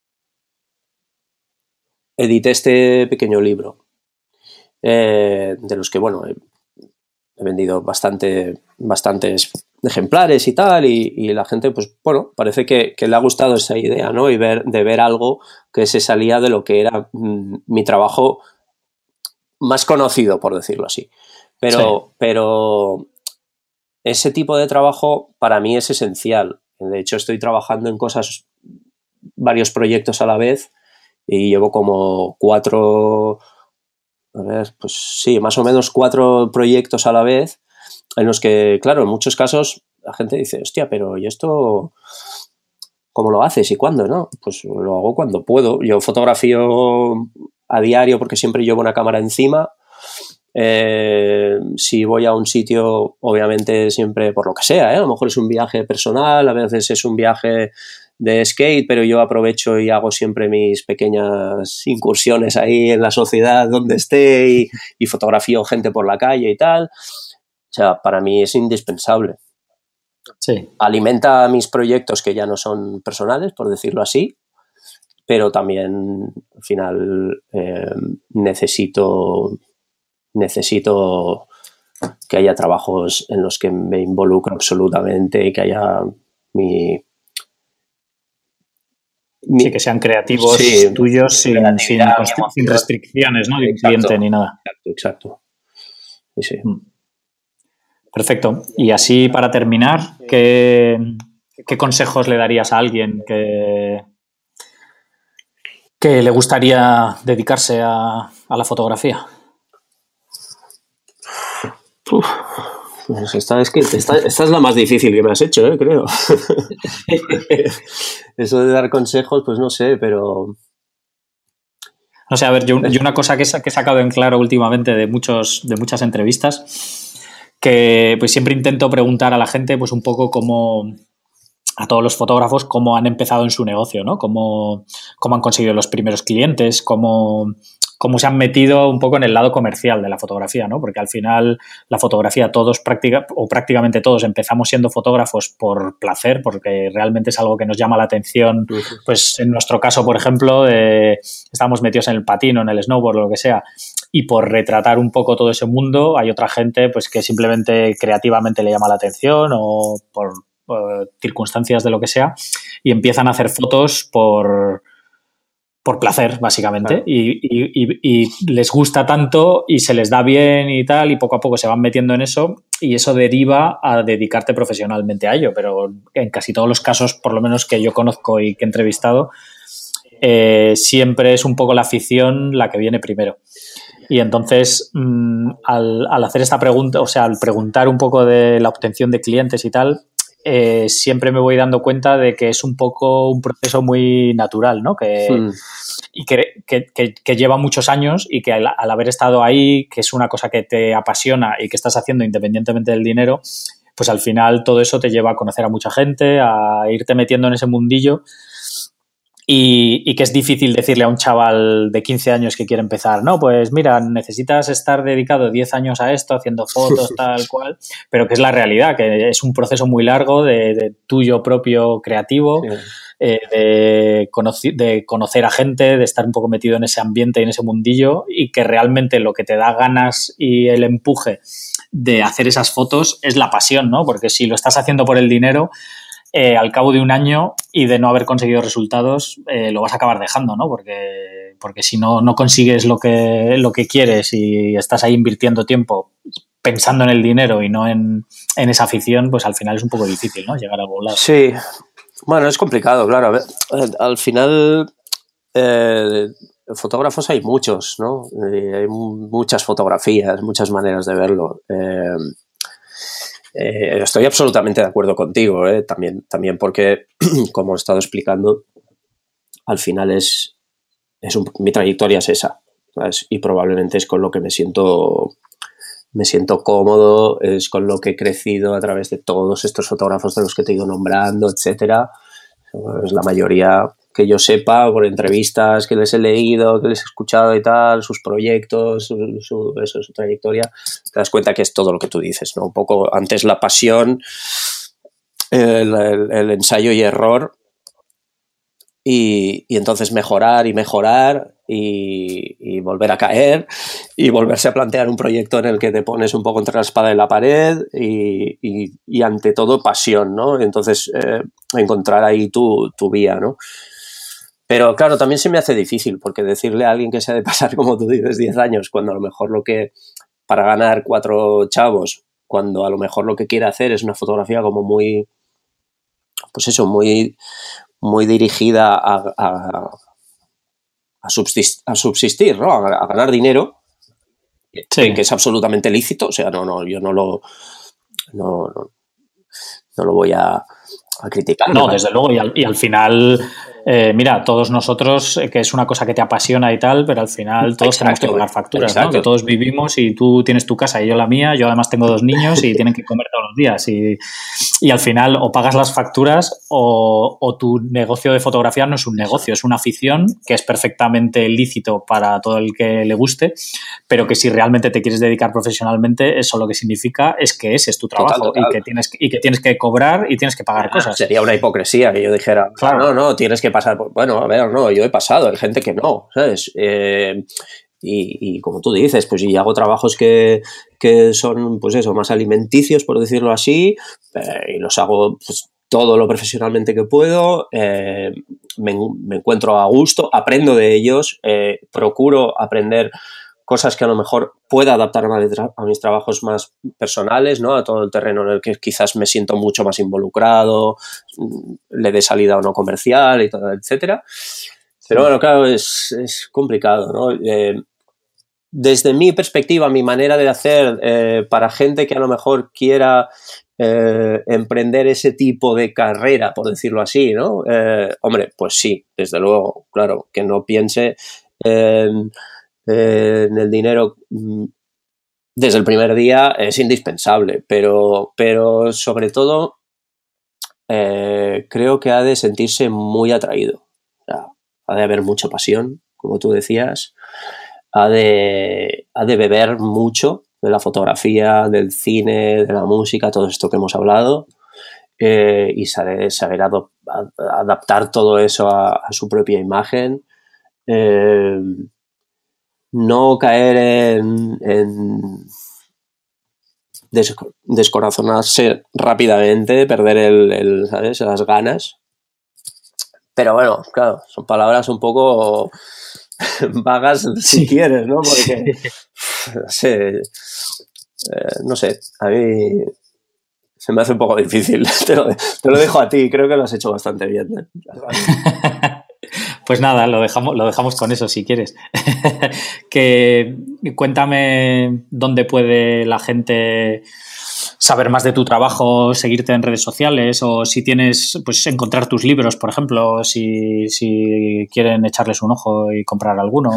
Speaker 2: edité este pequeño libro, eh, de los que, bueno, he, he vendido bastante, bastantes ejemplares y tal, y, y la gente, pues, bueno, parece que, que le ha gustado esa idea, ¿no? Y ver, de ver algo que se salía de lo que era mm, mi trabajo más conocido, por decirlo así. Pero, sí. pero ese tipo de trabajo para mí es esencial. De hecho, estoy trabajando en cosas, varios proyectos a la vez, y llevo como cuatro, a ver, pues sí, más o menos cuatro proyectos a la vez, en los que, claro, en muchos casos la gente dice, hostia, pero ¿y esto cómo lo haces y cuándo, no? Pues lo hago cuando puedo. Yo fotografío a diario porque siempre llevo una cámara encima. Eh, si voy a un sitio, obviamente siempre por lo que sea, ¿eh? A lo mejor es un viaje personal, a veces es un viaje de skate, pero yo aprovecho y hago siempre mis pequeñas incursiones ahí en la sociedad donde esté y, y fotografío gente por la calle y tal. O sea, para mí es indispensable.
Speaker 1: Sí.
Speaker 2: Alimenta mis proyectos que ya no son personales, por decirlo así, pero también al final eh, necesito necesito que haya trabajos en los que me involucro absolutamente y que haya mi...
Speaker 1: mi sí, que sean creativos sí, tuyos sin, sin, sin restricciones, ¿no? De un cliente ni nada.
Speaker 2: Exacto, exacto. Sí, sí.
Speaker 1: Perfecto. Y así, para terminar, ¿qué, qué consejos le darías a alguien que, que le gustaría dedicarse a, a la fotografía?
Speaker 2: Uf, pues esta, es que esta, esta es la más difícil que me has hecho, ¿eh? Creo. Eso de dar consejos, pues no sé, pero...
Speaker 1: No sé, a ver, yo, yo una cosa que, que he sacado en claro últimamente de, muchos, de muchas entrevistas, que pues siempre intento preguntar a la gente pues un poco cómo... a todos los fotógrafos cómo han empezado en su negocio, ¿no? Cómo, cómo han conseguido los primeros clientes, cómo, cómo se han metido un poco en el lado comercial de la fotografía, ¿no? Porque al final la fotografía todos práctica, o prácticamente todos empezamos siendo fotógrafos por placer, porque realmente es algo que nos llama la atención. Pues en nuestro caso, por ejemplo, eh, estamos metidos en el patín o en el snowboard o lo que sea, y por retratar un poco todo ese mundo hay otra gente pues que simplemente creativamente le llama la atención o por circunstancias de lo que sea y empiezan a hacer fotos por, por placer, básicamente,
Speaker 2: Claro.
Speaker 1: y, y, y, y les gusta tanto y se les da bien y tal, y poco a poco se van metiendo en eso, y eso deriva a dedicarte profesionalmente a ello, pero en casi todos los casos, por lo menos que yo conozco y que he entrevistado, eh, siempre es un poco la afición la que viene primero. Y entonces, mmm, al, al hacer esta pregunta, o sea, al preguntar un poco de la obtención de clientes y tal, Eh, siempre me voy dando cuenta de que es un poco un proceso muy natural, ¿no? Que, hmm. Y que, que, que, que lleva muchos años y que al, al haber estado ahí, que es una cosa que te apasiona y que estás haciendo independientemente del dinero, pues al final todo eso te lleva a conocer a mucha gente, a irte metiendo en ese mundillo. Y, y que es difícil decirle a un chaval de quince años que quiere empezar, no, pues mira, necesitas estar dedicado diez años a esto, haciendo fotos, tal cual, pero que es la realidad, que es un proceso muy largo de, de tuyo propio creativo, sí. eh, de, conoci- de conocer a gente, de estar un poco metido en ese ambiente y en ese mundillo, y que realmente lo que te da ganas y el empuje de hacer esas fotos es la pasión, ¿no? Porque si lo estás haciendo por el dinero, Eh, al cabo de un año y de no haber conseguido resultados, eh, lo vas a acabar dejando, ¿no? Porque, porque si no, no consigues lo que, lo que quieres y estás ahí invirtiendo tiempo pensando en el dinero y no en, en esa afición, pues al final es un poco difícil, ¿no? Llegar a algún lado.
Speaker 2: Sí, bueno, es complicado, claro. A ver, al final, eh, fotógrafos hay muchos, ¿no? Eh, hay muchas fotografías, muchas maneras de verlo. Eh, Eh, estoy absolutamente de acuerdo contigo, ¿eh? también, también porque, como he estado explicando, al final es, es un, mi trayectoria es esa, ¿sabes? Y probablemente es con lo que me siento, me siento cómodo, es con lo que he crecido a través de todos estos fotógrafos de los que te he ido nombrando, etcétera. Pues la mayoría que yo sepa, por entrevistas que les he leído, que les he escuchado y tal, sus proyectos, su, su, eso, su trayectoria, te das cuenta que es todo lo que tú dices, ¿no? Un poco antes la pasión, el, el, el ensayo y error, y, y entonces mejorar y mejorar y, y volver a caer y volverse a plantear un proyecto en el que te pones un poco entre la espada y la pared y, y, y ante todo pasión, ¿no? Entonces eh, encontrar ahí tu, tu vía, ¿no? Pero claro, también se me hace difícil porque decirle a alguien que se ha de pasar, como tú dices, diez años, cuando a lo mejor lo que, para ganar cuatro chavos, cuando a lo mejor lo que quiere hacer es una fotografía como muy, pues eso, muy, muy dirigida a, a, a, subsistir, a subsistir, ¿no? A, a ganar dinero, sí. Que es absolutamente lícito, o sea, no, no, yo no lo, no, no, no lo voy a, a criticar.
Speaker 1: No, desde luego, y al, y al final, eh, mira, todos nosotros, eh, que es una cosa que te apasiona y tal, pero al final todos exacto, tenemos que pagar facturas, exacto. ¿no? Que todos vivimos y tú tienes tu casa y yo la mía, yo además tengo dos niños y tienen que comer todos los días y, y al final o pagas las facturas o, o tu negocio de fotografía no es un negocio, es una afición que es perfectamente lícito para todo el que le guste, pero que si realmente te quieres dedicar profesionalmente, eso lo que significa es que ese es tu trabajo total, total. Y, que tienes, y que tienes que cobrar y tienes que pagar ah, cosas.
Speaker 2: Sería una hipocresía que yo dijera, claro. no, no, tienes que pasar por... Bueno, a ver, no, yo he pasado, hay gente que no, ¿sabes? Eh, y, y como tú dices, pues y hago trabajos que, que son, pues eso, más alimenticios, por decirlo así, eh, y los hago pues, todo lo profesionalmente que puedo, eh, me, me encuentro a gusto, aprendo de ellos, eh, procuro aprender cosas que a lo mejor pueda adaptar a mis trabajos más personales, ¿no? A todo el terreno en el que quizás me siento mucho más involucrado, le dé salida o no comercial y todo, etcétera. Pero bueno, claro, es, es complicado, ¿no? Eh, desde mi perspectiva, mi manera de hacer eh, para gente que a lo mejor quiera eh, emprender ese tipo de carrera, por decirlo así, ¿no? Eh, hombre, pues sí, desde luego, claro, que no piense en... Eh, en el dinero desde el primer día es indispensable, pero, pero sobre todo eh, creo que ha de sentirse muy atraído. O sea, ha de haber mucha pasión, como tú decías, ha de, ha de beber mucho de la fotografía, del cine, de la música, todo esto que hemos hablado, eh, y saber, saber ad, ad, adaptar todo eso a, a su propia imagen. Eh, no caer en, en des, descorazonarse rápidamente, perder el, el, ¿sabes? las ganas, pero bueno, claro, son palabras un poco vagas si sí. quieres, ¿no? Porque, no sé, eh, no sé, a mí se me hace un poco difícil. Te lo, te lo dejo a ti, creo que lo has hecho bastante bien, ¿eh?
Speaker 1: Pues nada, lo dejamos, lo dejamos con eso si quieres. Que cuéntame dónde puede la gente saber más de tu trabajo, seguirte en redes sociales, o si tienes, pues encontrar tus libros, por ejemplo, si, si quieren echarles un ojo y comprar alguno.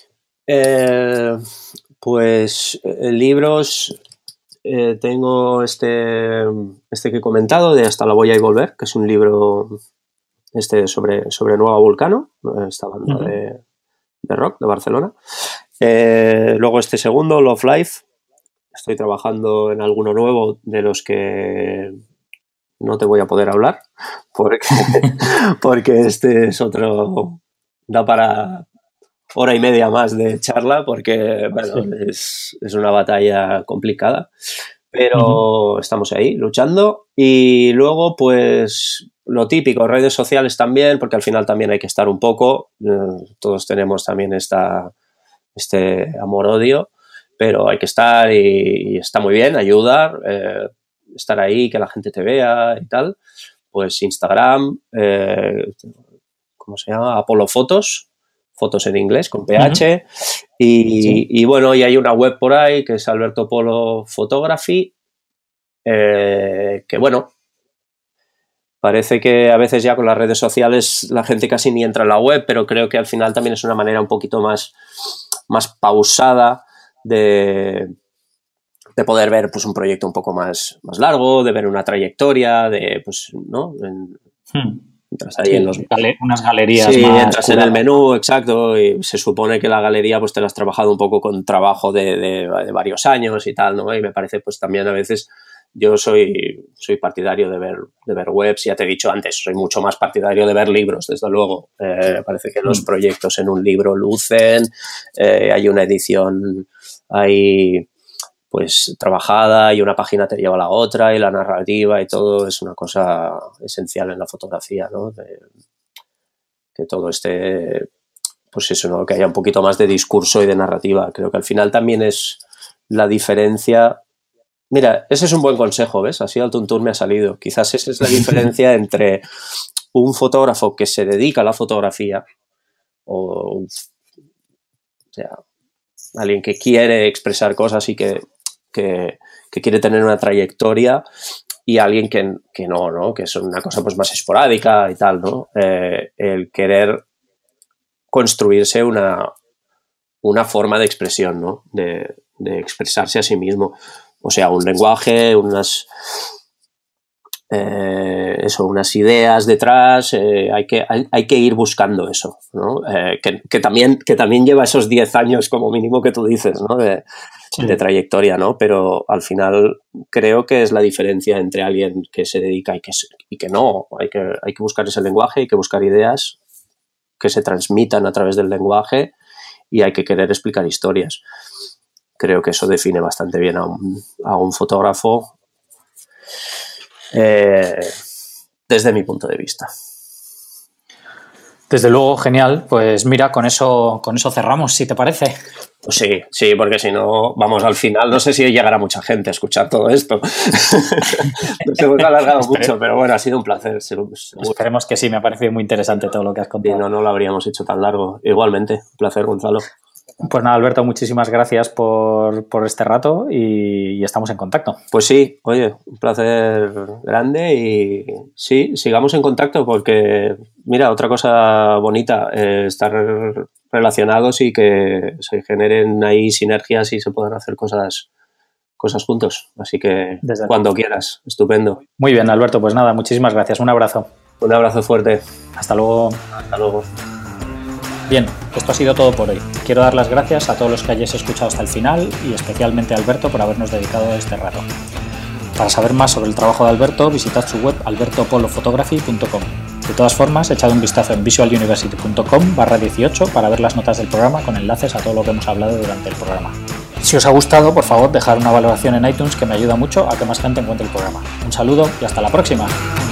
Speaker 2: Eh, pues eh, libros, eh, tengo este, este que he comentado de Hasta la boya y volver, que es un libro este sobre, sobre Nueva Vulcano, esta banda uh-huh. de, de rock de Barcelona. Eh, luego este segundo, Love Life. Estoy trabajando en alguno nuevo de los que no te voy a poder hablar porque, porque este es otro, da para hora y media más de charla porque bueno, sí. es, es una batalla complicada, pero uh-huh. estamos ahí luchando. Y luego pues lo típico, redes sociales también, porque al final también hay que estar un poco, eh, todos tenemos también esta, este amor-odio, pero hay que estar y, y está muy bien, ayudar, eh, estar ahí, que la gente te vea y tal. Pues Instagram, eh, ¿cómo se llama? Apolo Fotos, fotos en inglés, con P H. Uh-huh. Y, sí. y bueno, y hay una web por ahí que es Alberto Polo Photography, eh, que bueno, parece que a veces ya con las redes sociales la gente casi ni entra en la web, pero creo que al final también es una manera un poquito más, más pausada De, de poder ver pues un proyecto un poco más, más largo, de ver una trayectoria, de pues, ¿no? En,
Speaker 1: hmm.
Speaker 2: entras ahí
Speaker 1: sí,
Speaker 2: en los...
Speaker 1: unas galerías
Speaker 2: sí,
Speaker 1: más
Speaker 2: entras curadas. En el menú, exacto, y se supone que la galería pues te la has trabajado un poco con trabajo de, de, de varios años y tal, ¿no? Y me parece pues también a veces yo soy, soy partidario de ver, de ver webs, ya te he dicho antes, soy mucho más partidario de ver libros, desde luego. Eh, me parece que los proyectos en un libro lucen, eh, hay una edición ahí pues trabajada y una página te lleva a la otra y la narrativa y todo es una cosa esencial en la fotografía, ¿no? De, que todo esté, pues eso, ¿no? Que haya un poquito más de discurso y de narrativa. Creo que al final también es la diferencia. Mira, ese es un buen consejo, ¿ves? Así al tuntún me ha salido. Quizás esa es la diferencia entre un fotógrafo que se dedica a la fotografía o, o sea, alguien que quiere expresar cosas y que, que, que quiere tener una trayectoria y alguien que, que no, ¿no? Que es una cosa pues más esporádica y tal, ¿no? Eh, el querer construirse una, una forma de expresión, ¿no? De, de expresarse a sí mismo. O sea, un lenguaje, unas, eh, eso, unas ideas detrás, eh, hay, que, hay, hay que ir buscando eso, ¿no? Eh, que, que, también, que también lleva esos diez años como mínimo que tú dices, ¿no? De, sí. de trayectoria, ¿no? Pero al final creo que es la diferencia entre alguien que se dedica y que, y que no. Hay que, hay que buscar ese lenguaje, hay que buscar ideas que se transmitan a través del lenguaje y hay que querer explicar historias. Creo que eso define bastante bien a un, a un fotógrafo eh, desde mi punto de vista.
Speaker 1: Desde luego, genial. Pues mira, con eso, con eso cerramos, si te parece.
Speaker 2: Pues sí, sí, porque si no, vamos al final, no sé si llegará mucha gente a escuchar todo esto. Nos hemos alargado mucho, pero bueno, ha sido un placer.
Speaker 1: Esperemos que sí, me ha parecido muy interesante todo lo que has contado.
Speaker 2: Sí, no, no lo habríamos hecho tan largo. Igualmente, un placer, Gonzalo.
Speaker 1: Pues nada, Alberto, muchísimas gracias por, por este rato y, y estamos en contacto.
Speaker 2: Pues sí, oye, un placer grande y sí, sigamos en contacto porque, mira, otra cosa bonita, eh, estar relacionados y que se generen ahí sinergias y se puedan hacer cosas, cosas juntos. Así que Desde cuando aquí. quieras, estupendo.
Speaker 1: Muy bien, Alberto, pues nada, muchísimas gracias. Un abrazo.
Speaker 2: Un abrazo fuerte.
Speaker 1: Hasta luego.
Speaker 2: Hasta luego.
Speaker 1: Bien, esto ha sido todo por hoy. Quiero dar las gracias a todos los que hayáis escuchado hasta el final y especialmente a Alberto por habernos dedicado este rato. Para saber más sobre el trabajo de Alberto, visitad su web alberto polo photography punto com. De todas formas, echad un vistazo en visualuniversity punto com barra dieciocho para ver las notas del programa con enlaces a todo lo que hemos hablado durante el programa. Si os ha gustado, por favor, dejad una valoración en iTunes que me ayuda mucho a que más gente encuentre el programa. Un saludo y hasta la próxima.